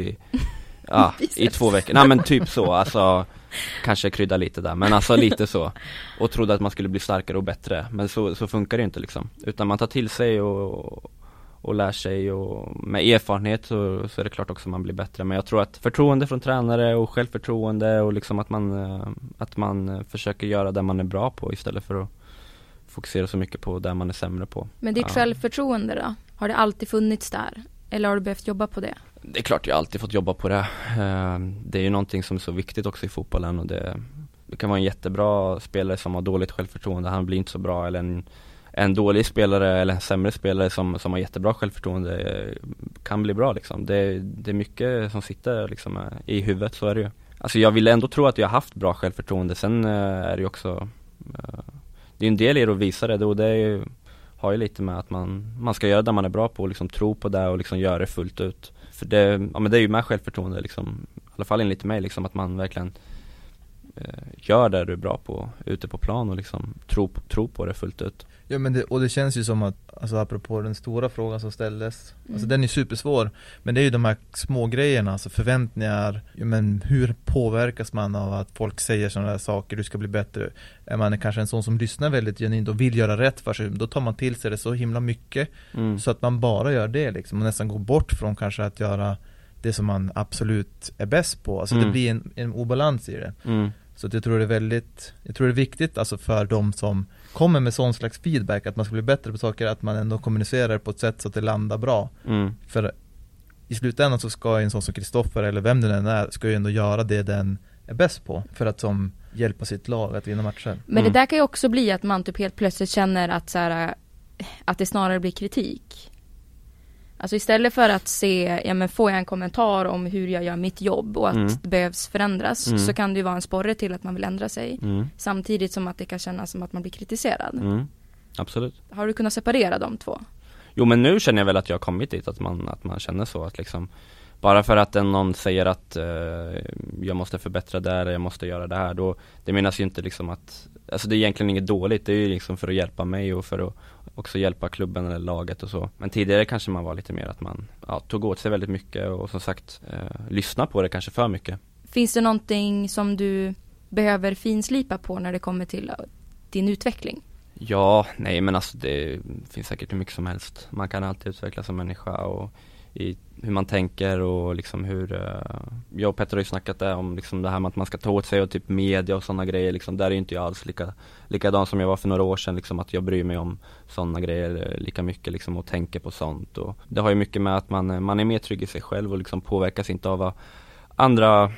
i 2 veckor. Nej men typ så, alltså kanske krydda lite där, men alltså lite så. Och trodde att man skulle bli starkare och bättre. Men så funkar det inte liksom. Utan man tar till sig och lär sig, och med erfarenhet så är det klart också man blir bättre. Men jag tror att förtroende från tränare och självförtroende och liksom att man försöker göra det man är bra på istället för att fokusera så mycket på det man är sämre på. Men ditt självförtroende då? Har det alltid funnits där? Eller har du behövt jobba på det? Det är klart jag alltid fått jobba på det. Det är ju någonting som är så viktigt också i fotbollen, och det kan vara en jättebra spelare som har dåligt självförtroende, han blir inte så bra, eller en dålig spelare eller en sämre spelare som har jättebra självförtroende kan bli bra liksom. Det är mycket som sitter liksom i huvudet, så är det ju. Alltså jag vill ändå tro att jag har haft bra självförtroende. Sen är det ju också det är en del i det att visa det, och det är ju, har ju lite med att man ska göra det man är bra på och liksom tro på det och liksom göra det fullt ut. För det, men det är ju med självförtroende liksom, i alla fall enligt mig liksom, att man verkligen gör det du är bra på ute på plan och liksom tro på det fullt ut. Ja, men det känns ju som att, alltså apropå den stora frågan som ställdes, alltså den är supersvår, men det är ju de här små grejerna, alltså förväntningar, men hur påverkas man av att folk säger sådana där saker, du ska bli bättre, är man kanske en sån som lyssnar väldigt genuint och vill göra rätt för sig, då tar man till sig det så himla mycket så att man bara gör det liksom, och nästan går bort från kanske att göra det som man absolut är bäst på, alltså det blir en obalans i det. Så att jag tror det är viktigt alltså för de som kommer med sån slags feedback, att man ska bli bättre på saker, att man ändå kommunicerar på ett sätt så att det landar bra. För i slutändan så ska en sån som Kristoffer eller vem den än är, ska ju ändå göra det den är bäst på för att som hjälpa sitt lag att vinna matcher. Men det där kan ju också bli att man typ helt plötsligt känner att, så här, att det snarare blir kritik. Alltså istället för att se, ja men får jag en kommentar om hur jag gör mitt jobb och att det behövs förändras, så kan det ju vara en sporre till att man vill ändra sig. Samtidigt som att det kan kännas som att man blir kritiserad. Absolut. Har du kunnat separera de två? Jo, men nu känner jag väl att jag har kommit dit, att man känner så, att liksom, bara för att någon säger att jag måste förbättra det här, jag måste göra det här, då, det menas ju inte liksom att, alltså det är egentligen inget dåligt, det är ju liksom för att hjälpa mig och för att också hjälpa klubben eller laget och så. Men tidigare kanske man var lite mer att man tog åt sig väldigt mycket och som sagt lyssna på det kanske för mycket. Finns det någonting som du behöver finslipa på när det kommer till din utveckling? Ja, nej men alltså det finns säkert hur mycket som helst. Man kan alltid utvecklas som människa och i hur man tänker och liksom hur jag och Petter har ju snackat där om liksom det här med att man ska ta åt sig och typ media och sådana grejer liksom, där är ju inte jag alls likadan som jag var för några år sedan liksom, att jag bryr mig om sådana grejer lika mycket liksom och tänker på sånt, och det har ju mycket med att man är mer trygg i sig själv och liksom påverkas inte av vad andra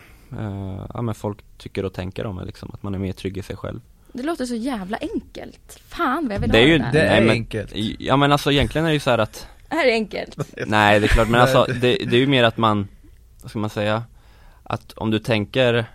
men folk tycker och tänker om liksom, att man är mer trygg i sig själv. Det låter så jävla enkelt. Fan vad jag vill det ha är ju, det det är men, enkelt. Ja men alltså egentligen är det ju så här att det här är enkelt. Nej, det är klart, men alltså det är ju mer att man, vad ska man säga, att om du tänker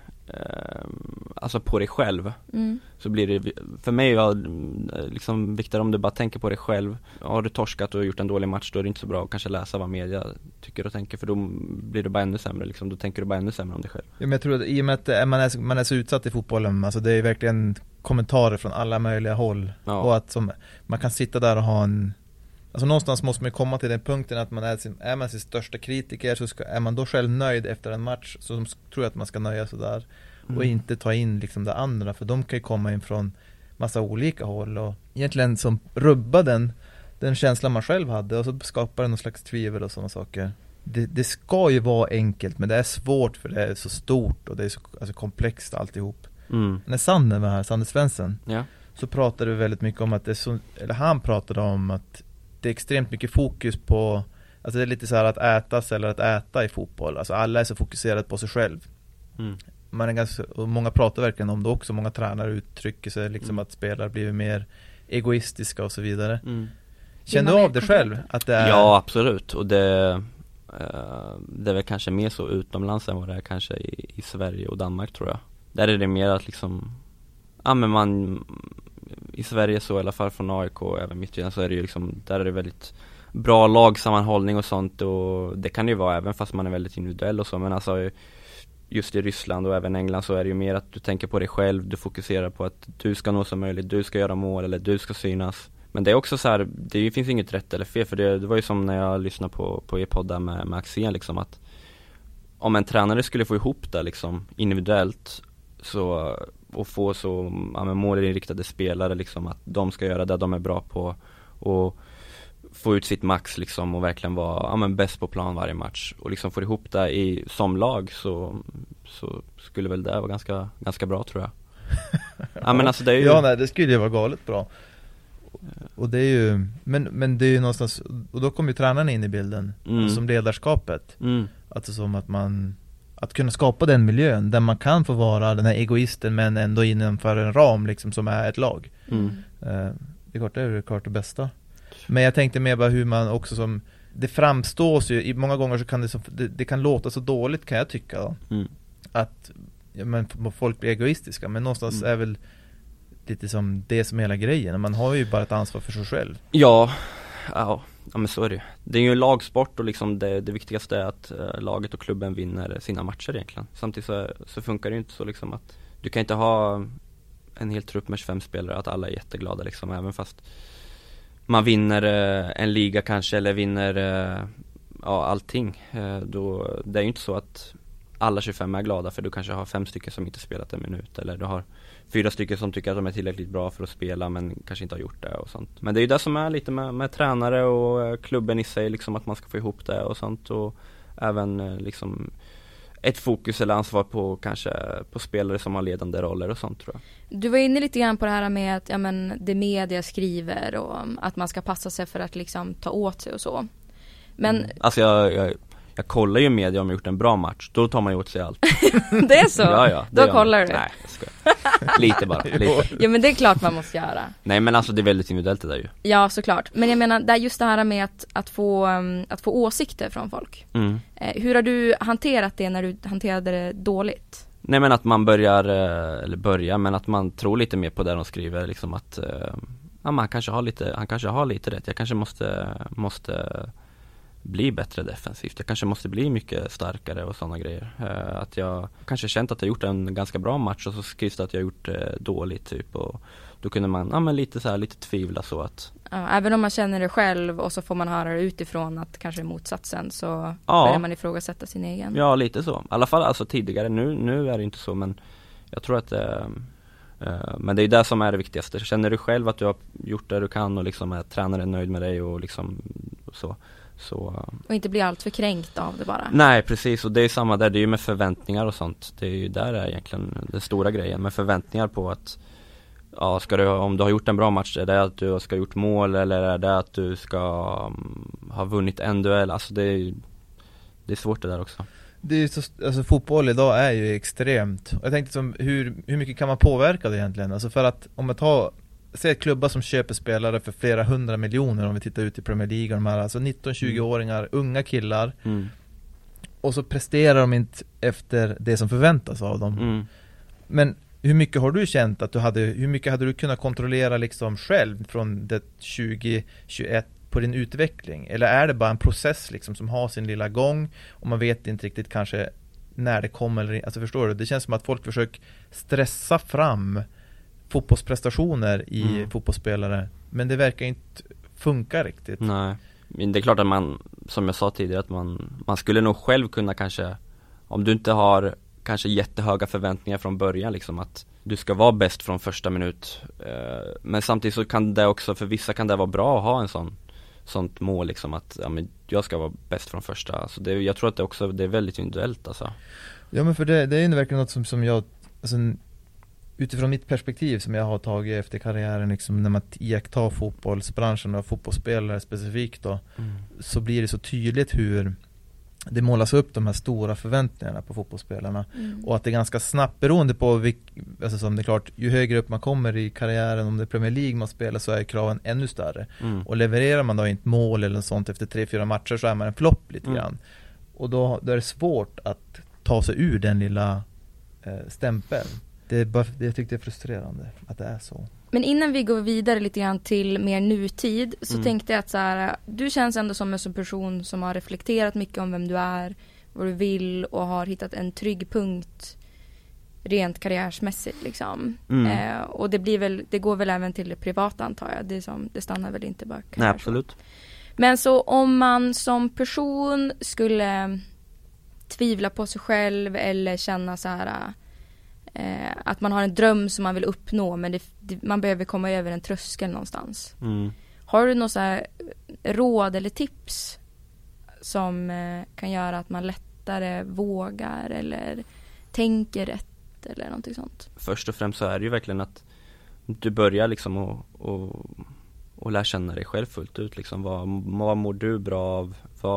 alltså på dig själv, så blir det, för mig liksom viktigare om du bara tänker på dig själv. Har du torskat och gjort en dålig match, då är det inte så bra att kanske läsa vad media tycker och tänker, för då blir det bara ännu sämre liksom, då tänker du bara ännu sämre om dig själv. Ja, men jag tror att i och med att man är så utsatt i fotbollen, alltså det är verkligen kommentarer från alla möjliga håll, och att man kan sitta där och ha en, alltså någonstans måste man komma till den punkten att man är man sin största kritiker, så är man då själv nöjd efter en match, så tror jag att man ska nöja sig där och inte ta in liksom det andra, för de kan ju komma in från massa olika håll och egentligen som rubba den känslan man själv hade, och så skapar det någon slags tvivel och sådana saker. Det ska ju vara enkelt, men det är svårt för det är så stort och det är så alltså komplext alltihop. När Sander var här, Sander Svensson, så pratade vi väldigt mycket om att det är så, eller han pratade om att det är extremt mycket fokus på, alltså det är lite så här att ätas eller att äta i fotboll. Alltså alla är så fokuserade på sig själv. Man är ganska, och många pratar verkligen om det också. Många tränare uttrycker sig liksom att spelare blir mer egoistiska och så vidare. Känner du av det själv? Att det är... Ja, absolut. Och det är väl kanske mer så utomlands än vad det är kanske i Sverige och Danmark, tror jag. Där är det mer att liksom, men man i Sverige så i alla fall från AIK och även Midtjylland, så är det ju liksom, där är det väldigt bra lagsammanhållning och sånt, och det kan det ju vara även fast man är väldigt individuell och så, men alltså just i Ryssland och även England så är det ju mer att du tänker på dig själv, du fokuserar på att du ska nå så möjligt, du ska göra mål eller du ska synas. Men det är också så här, det finns inget rätt eller fel, för det var ju som när jag lyssnade på er podd där med Axén liksom, att om en tränare skulle få ihop det liksom individuellt, så och få så målinriktade spelare liksom, att de ska göra det de är bra på och få ut sitt max liksom, och verkligen vara bäst på plan varje match, och liksom få ihop det som lag, så skulle väl det vara ganska bra, tror jag. Men alltså det är ju... Ja, nej, det skulle ju vara galet bra. Och det är ju, men det är ju någonstans, och då kommer ju tränaren in i bilden, som ledarskapet. Alltså som att kunna skapa den miljön där man kan få vara den här egoisten, men ändå innanför en ram liksom, som är ett lag. Det är klart det bästa. Men jag tänkte mer bara hur man också som, det framstås ju, många gånger så kan det kan låta så dåligt, kan jag tycka då. Att folk blir egoistiska, men någonstans är väl lite som det som är hela grejen. Man har ju bara ett ansvar för sig själv. Ja, men så är det. Det är ju en lagsport och liksom det viktigaste är att laget och klubben vinner sina matcher egentligen. Samtidigt så funkar det ju inte så liksom att du kan inte ha en hel trupp med 25 spelare att alla är jätteglada liksom, även fast man vinner en liga kanske eller vinner allting. Då, det är ju inte så att alla 25 är glada, för du kanske har 5 stycken som inte spelat en minut, eller du har 4 stycken som tycker att de är tillräckligt bra för att spela men kanske inte har gjort det och sånt. Men det är ju det som är lite med tränare och klubben i sig liksom, att man ska få ihop det och sånt, och även liksom ett fokus eller ansvar på kanske på spelare som har ledande roller och sånt, tror jag. Du var inne lite grann på det här med att det media skriver och att man ska passa sig för att liksom ta åt sig och så. Men alltså jag kollar ju media om jag gjort en bra match. Då tar man ju åt sig allt. Det är så? Ja, då kollar du? Nej, jag skojar. Lite bara, lite. Ja, men det är klart man måste göra. Nej, men alltså det är väldigt individuellt det där ju. Ja, såklart. Men jag menar, det är just det här med att få åsikter från folk. Hur har du hanterat det när du hanterade det dåligt? Nej, men att man men att man tror lite mer på det de skriver, liksom att han kanske har lite rätt. Jag kanske måste bli bättre defensivt. Jag kanske måste bli mycket starkare och sådana grejer. Att jag kanske känt att jag gjort en ganska bra match och så skrivs det att jag gjort dåligt typ, och då kunde man lite tvivla så att även om man känner det själv och så får man höra det utifrån att kanske motsatsen, så börjar man ifrågasätta sin egen. Ja, lite så. I alla fall alltså tidigare. Nu är det inte så, men jag tror att men det är det som är det viktigaste. Känner du själv att du har gjort det du kan och liksom är tränaren nöjd med dig och liksom så. Och inte bli allt för kränkt av det bara. Nej, precis, och det är samma där, det är ju med förväntningar och sånt. Det är ju där är egentligen den stora grejen, med förväntningar på att om du har gjort en bra match, är det att du ska ha gjort mål, eller är det att du ska ha vunnit en duell? Alltså det är svårt det där också. Det är så, alltså fotboll idag är ju extremt. Jag tänkte som hur mycket kan man påverka det egentligen? Alltså för att om man ser klubbar som köper spelare för flera 100 miljoner, om vi tittar ut i Premier League, de här, alltså 19-20-åringar, unga killar, och så presterar de inte efter det som förväntas av dem. Men hur mycket har du känt att hur mycket hade du kunnat kontrollera liksom själv från det 2021 på din utveckling? Eller är det bara en process liksom som har sin lilla gång och man vet inte riktigt kanske när det kommer, eller alltså förstår du? Det känns som att folk försöker stressa fram fotbollsprestationer i fotbollsspelare, men det verkar inte funka riktigt. Nej, men det är klart att man, som jag sa tidigare, att man skulle nog själv kunna kanske, om du inte har kanske jättehöga förväntningar från början liksom, att du ska vara bäst från första minut, men samtidigt så kan det också, för vissa kan det vara bra att ha en sånt mål liksom, att men jag ska vara bäst från första, alltså jag tror att det är väldigt individuellt alltså. Ja, men för det är ju verkligen något som jag, alltså, utifrån mitt perspektiv som jag har tagit efter karriären liksom, när man iakttar fotbollsbranschen och fotbollsspelare specifikt då, så blir det så tydligt hur det målas upp de här stora förväntningarna på fotbollsspelarna, och att det är ganska snabbt, beroende på alltså som det är klart, ju högre upp man kommer i karriären, om det är Premier League man spelar, så är kraven ännu större, och levererar man då inte mål eller något sånt efter 3-4 matcher, så är man en flopp lite grann, och då är det svårt att ta sig ur den lilla stämpeln. Jag tycker det är frustrerande att det är så. Men innan vi går vidare lite grann till mer nutid, så tänkte jag att så här, du känns ändå som en person som har reflekterat mycket om vem du är, vad du vill, och har hittat en trygg punkt rent karriärsmässigt liksom. Och det går väl även till det privata, antar jag. Det stannar väl inte bara karriär. Nej, absolut. Men så om man som person skulle tvivla på sig själv eller känna så här att man har en dröm som man vill uppnå, men man behöver komma över en tröskel någonstans. Har du något så här råd eller tips som kan göra att man lättare vågar eller tänker rätt eller någonting sånt? Först och främst så är det ju verkligen att du börjar liksom och lär känna dig själv fullt ut liksom. Vad mår du bra av?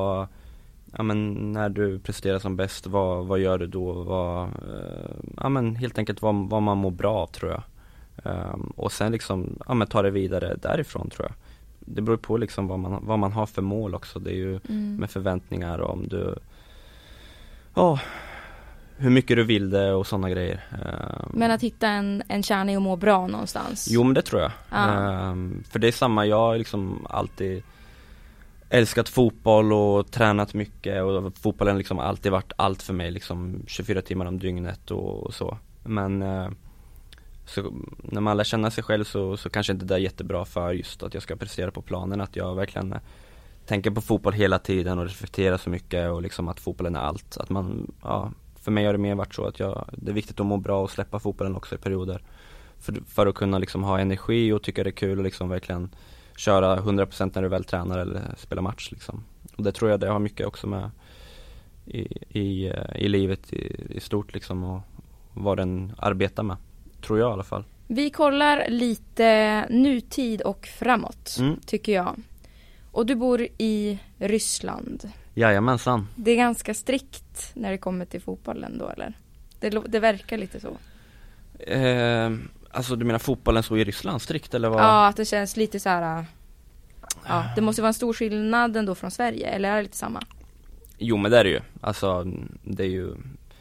Men när du presterar som bäst, vad gör du då? Helt enkelt vad man mår bra av, tror jag. Och sen liksom, ta det vidare därifrån, tror jag. Det beror på liksom vad man har för mål också. Det är ju med förväntningar, om du hur mycket du vill det och sådana grejer. Men att hitta en kärna i att må bra någonstans. Jo, men det tror jag. För det är samma, jag har liksom alltid älskat fotboll och tränat mycket, och fotbollen liksom alltid varit allt för mig, liksom 24 timmar om dygnet och så. Men så när man lär känna sig själv så kanske inte det är jättebra för just att jag ska prestera på planen, att jag verkligen tänker på fotboll hela tiden och reflekterar så mycket, och liksom att fotbollen är allt. Att man, för mig har det mer varit så att det är viktigt att må bra och släppa fotbollen också i perioder. För att kunna liksom ha energi och tycka det är kul och liksom verkligen köra 100% när du väl tränar eller spelar match liksom. Och det tror jag det har mycket också med i livet i stort liksom, och vad den arbetar med. Tror jag i alla fall. Vi kollar lite nutid och framåt, tycker jag. Och du bor i Ryssland. Jajamensan. Det är ganska strikt när det kommer till fotbollen då, eller? Det verkar lite så. Alltså du menar fotbollen så i Ryssland strikt, eller vad? Ja, att det känns lite så här. Ja, det måste vara en stor skillnad ändå från Sverige, eller är det lite samma? Jo, men det är det ju. Alltså det är ju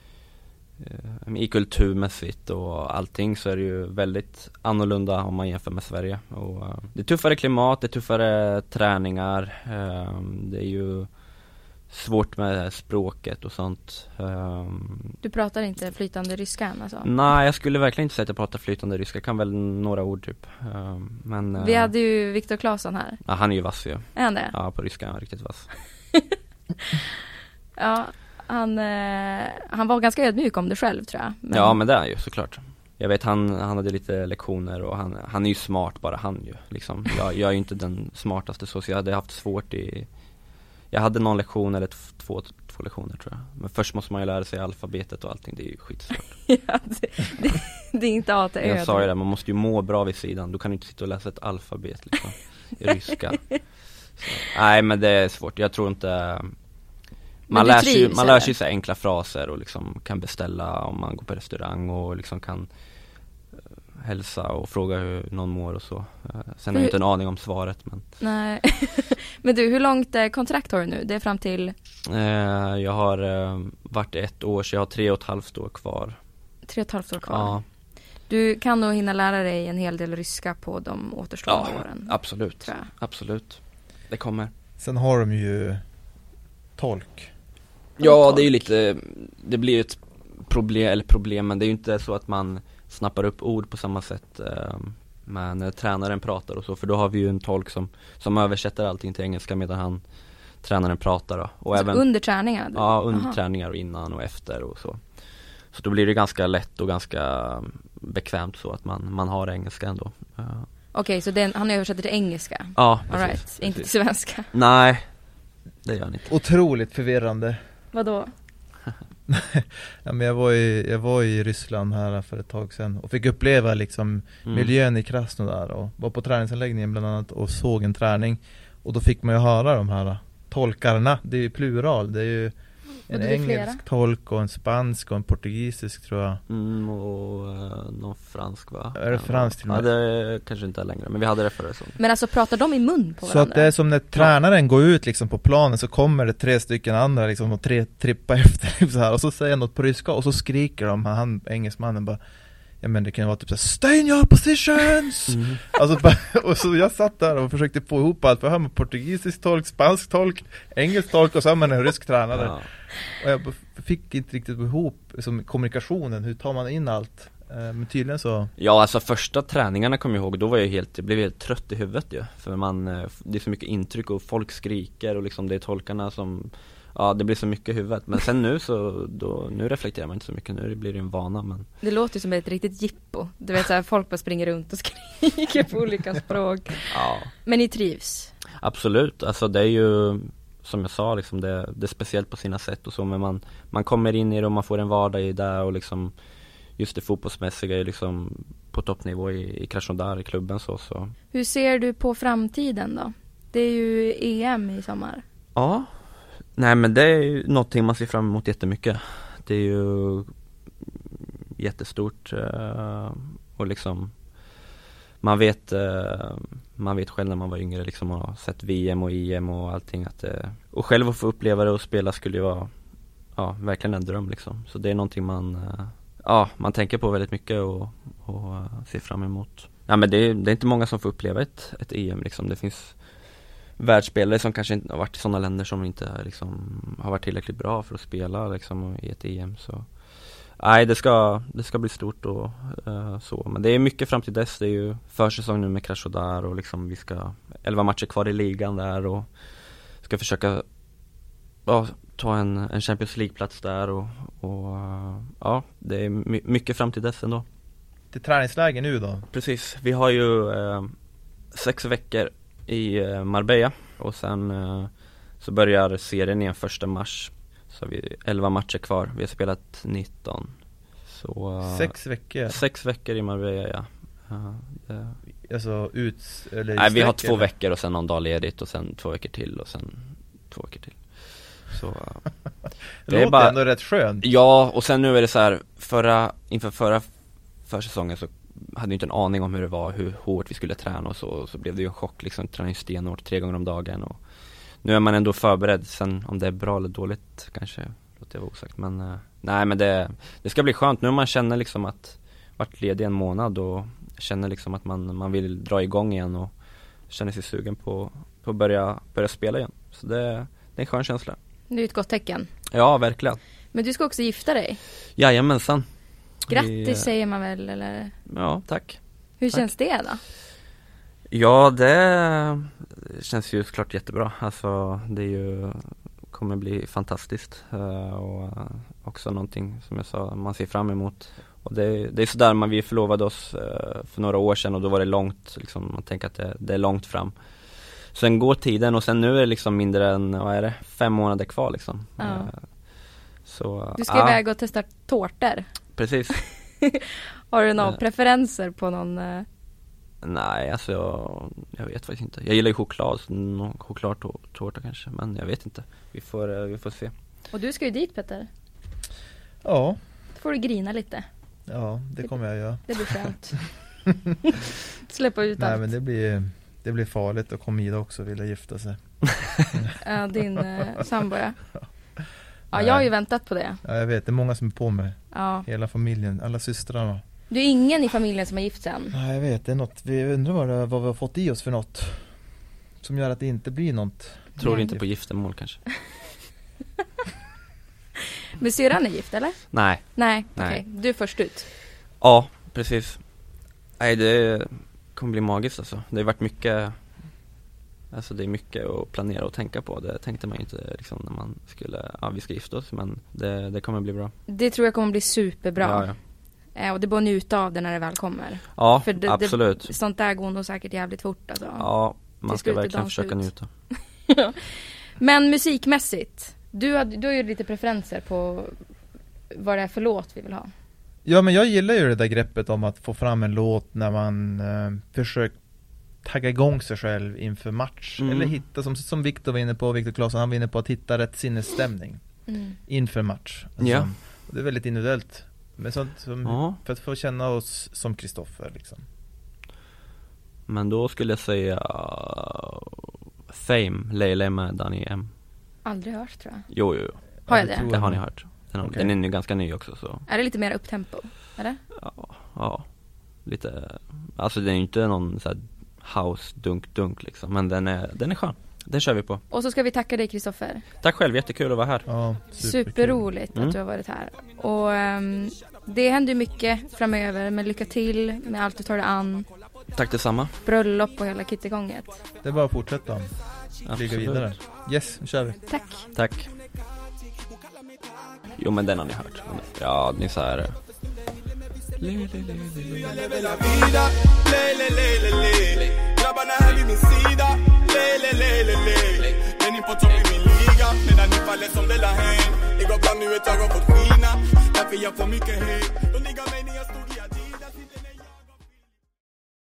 i kulturmässigt och allting så är det ju väldigt annorlunda om man jämför med Sverige. Och det är tuffare klimat, det är tuffare träningar, det är ju svårt med språket och sånt. Du pratar inte flytande ryska än alltså? Nej, jag skulle verkligen inte säga att jag pratar flytande ryska. Jag kan väl några ord typ. Men vi hade ju Viktor Claesson här. Ja, han är ju vass ju. Är han det? Ja, på ryska är han riktigt vass. Ja, han var ganska ödmjuk om det själv, tror jag. Men... Ja, men det är ju såklart. Jag vet, han hade lite lektioner, och han är ju smart bara han ju liksom. Jag är ju inte den smartaste så jag hade haft svårt jag hade någon lektion eller två lektioner tror jag. Men först måste man ju lära sig alfabetet och allting, det är ju skitsvårt. Ja, det är inte A till Ö. Jag sa ju det, man måste ju må bra vid sidan. Du kan ju inte sitta och läsa ett alfabet liksom, i ryska. Så, nej, men det är svårt. Jag tror inte... Man lär sig så enkla fraser och liksom kan beställa om man går på restaurang, och liksom kan hälsa och fråga hur någon mår och så. Sen har jag inte en aning om svaret, men... Nej. Men du, hur långt kontrakt har du nu? Det är fram till... Jag har varit 1 år, så jag har 3,5 år kvar. 3,5 år kvar? Ja. Du kan nog hinna lära dig en hel del ryska på de återstående åren. Absolut. Absolut. Det kommer. Sen har de ju tolk. Ja, det är ju lite... Det blir ju ett problem, men det är ju inte så att man snappar upp ord på samma sätt när tränaren pratar och så, för då har vi ju en tolk som översätter allting till engelska medan tränaren pratar då. Och alltså även under träningar? Ja, under träningar och innan och efter och så. Så då blir det ganska lätt och ganska bekvämt så att man har engelska ändå. Okej, så han översätter till engelska? Ja, precis. All right. Inte till svenska? Nej, det gör han inte. Otroligt förvirrande. Vadå? Ja, men jag var i Ryssland här för ett tag sedan och fick uppleva liksom miljön i Krasnodar, och var på träningsanläggningen bland annat och såg en träning, och då fick man ju höra de här tolkarna. Det är ju plural, det är ju en engelsk tolk och en spansk och en portugisisk tror jag. Och någon fransk, va? Är det fransk till och med? Ja, det kanske inte är längre, men vi hade det förra säsongen. Men alltså pratar de i mun på varandra? Så att det är som när tränaren går ut liksom på planen, så kommer det 3 stycken andra liksom och 3 trippar efter så här, och så säger något på ryska och så skriker de, engelsmannen bara, ja men det kan vara typ så här, stay in your positions! Alltså, och så jag satt där och försökte få ihop allt, för jag har med portugisisk tolk, spansk tolk, engelsk tolk och så med en rysk tränare. Ja. Och jag fick inte riktigt ihop som kommunikationen, hur tar man in allt? Men tydligen så... Ja, alltså första träningarna kom jag ihåg, då var jag blev helt trött i huvudet ju. För det är så mycket intryck och folk skriker och liksom det är tolkarna som... Ja, det blir så mycket i huvudet. Men sen nu reflekterar man inte så mycket. Nu blir det en vana, men... Det låter som ett riktigt jippo. Du vet så här, folk bara springer runt och skriker på olika språk. Ja. Men ni trivs? Absolut, alltså det är ju... Som jag sa, liksom, det är speciellt på sina sätt och så. Men man kommer in i det och man får en vardag i det. Och liksom, just det fotbollsmässiga är liksom på toppnivå i Krasnodar, i klubben så. Hur ser du på framtiden då? Det är ju EM i sommar. Ja. Nej, men det är ju någonting man ser fram emot jättemycket. Det är ju jättestort och liksom man vet själv när man var yngre liksom, och har sett VM och EM och allting och själv att få uppleva det och spela skulle ju vara verkligen en dröm liksom. Så det är någonting man tänker på väldigt mycket och ser fram emot. Ja, men det är inte många som får uppleva ett EM liksom. Det finns världsspelare som kanske inte har varit i sådana länder som inte liksom har varit tillräckligt bra för att spela liksom i ett EM. Så nej, det ska bli stort och så. Men det är mycket fram till dess. Det är ju försäsong nu med Krasnodar och liksom vi ska 11 matcher kvar i ligan där och ska försöka ta en Champions League-plats där och det är mycket fram till dess ändå. Det är träningsläger nu då? Precis, vi har ju 6 veckor i Marbella och sen så börjar serien igen 1 mars. Så har vi 11 matcher kvar, vi har spelat 19. Så 6 veckor? 6 veckor i Marbella, Alltså nej, vi har 2 veckor och sen någon dag ledigt och sen 2 veckor till och sen 2 veckor till. Så det låter bara ändå rätt skönt. Ja, och sen nu är det så här inför förra försäsongen så hade jag inte en aning om hur det var, hur hårt vi skulle träna och så blev det ju en chock liksom, träna stenhårt 3 gånger om dagen och nu är man ändå förberedd. Sen om det är bra eller dåligt kanske låter jag vara osagt, men nej, men det ska bli skönt nu. Man känner liksom att varit ledig en månad och känner liksom att man vill dra igång igen och känner sig sugen på att börja spela igen. Så det är en skön känsla. Det är ett gott tecken. Ja, verkligen. Men du ska också gifta dig. Jajamensan. Grattis säger man väl, eller? Ja, tack. Hur känns det då? Ja, det känns ju såklart jättebra. Alltså, kommer bli fantastiskt och också någonting som jag sa, man ser fram emot. Och det är sådär vi förlovade oss för några år sedan och då var det långt, liksom, man tänker att det är långt fram. Sen går tiden och sen nu är det liksom mindre än 5 månader kvar liksom. Ja. Så, du ska iväg och testa tårtor. Precis. Har du några preferenser på någon? Nej, alltså jag vet faktiskt inte. Jag gillar ju choklad, någon chokladtårta kanske, men jag vet inte. Vi får se. Och du ska ju dit, Petter. Ja. Då får du grina lite. Ja, det kommer jag göra. Det blir skönt. Släppa ut allt. Nej, men det blir farligt att komma hit också vilja gifta sig. Ja, din sambo. Ja, jag har ju väntat på det. Ja, jag vet. Det är många som är på mig. Ja. Hela familjen, alla systrarna. Du är ingen i familjen som har gift sen? Nej, jag vet. Det är något. Vi undrar vad vi har fått i oss för något som gör att det inte blir något. Tror inte på giftermål kanske. Men syrran är gift, eller? Nej. Okej. Du är först ut. Ja, precis. Nej, det kommer bli magiskt alltså. Det har varit mycket. Alltså det är mycket att planera och tänka på. Det tänkte man ju inte liksom när man vi ska gifta oss, men det kommer bli bra. Det tror jag kommer bli superbra. Ja. Och det bör njuta av det när det väl kommer. Ja, för absolut. Sånt där går nog säkert jävligt fort alltså. Ja, man ska verkligen försöka njuta. Men musikmässigt, du har ju lite preferenser på vad det är för låt vi vill ha. Ja, men jag gillar ju det där greppet om att få fram en låt när man försöker tagga igång sig själv inför match. Eller hitta, som Victor var inne på, Victor Claesson, han var inne på att hitta rätt sinnesstämning inför match. Alltså, och det är väldigt individuellt. Men sånt som, för att få känna oss som Kristoffer liksom. Men då skulle jag säga Fame, Leila med Danny M. Aldrig hört, tror jag. Jo. Har jag det? Det har ni hört. Den är ju ganska ny också så. Är det lite mer upptempo, eller? Ja. Lite. Alltså det är ju inte någon så här house dunk liksom, men den är skön. Det kör vi på. Och så ska vi tacka dig, Kristoffer. Tack själv, jättekul att vara här. Ja, superroligt att du har varit här. Och det händer mycket framöver, men lycka till med allt du tar dig an. Tack detsamma. Bröllop och hela kittegånget. Det är bara att fortsätta. Ligga vidare. Yes, nu kör vi. Tack. Jo, men den har ni hört. Ja, ni så här. Grabbarna här vid min sida. Den är på topp i min liga. Medan ni faller som det la häng. Det går bra nu ett tag och fått skina. Därför jag får mycket hej.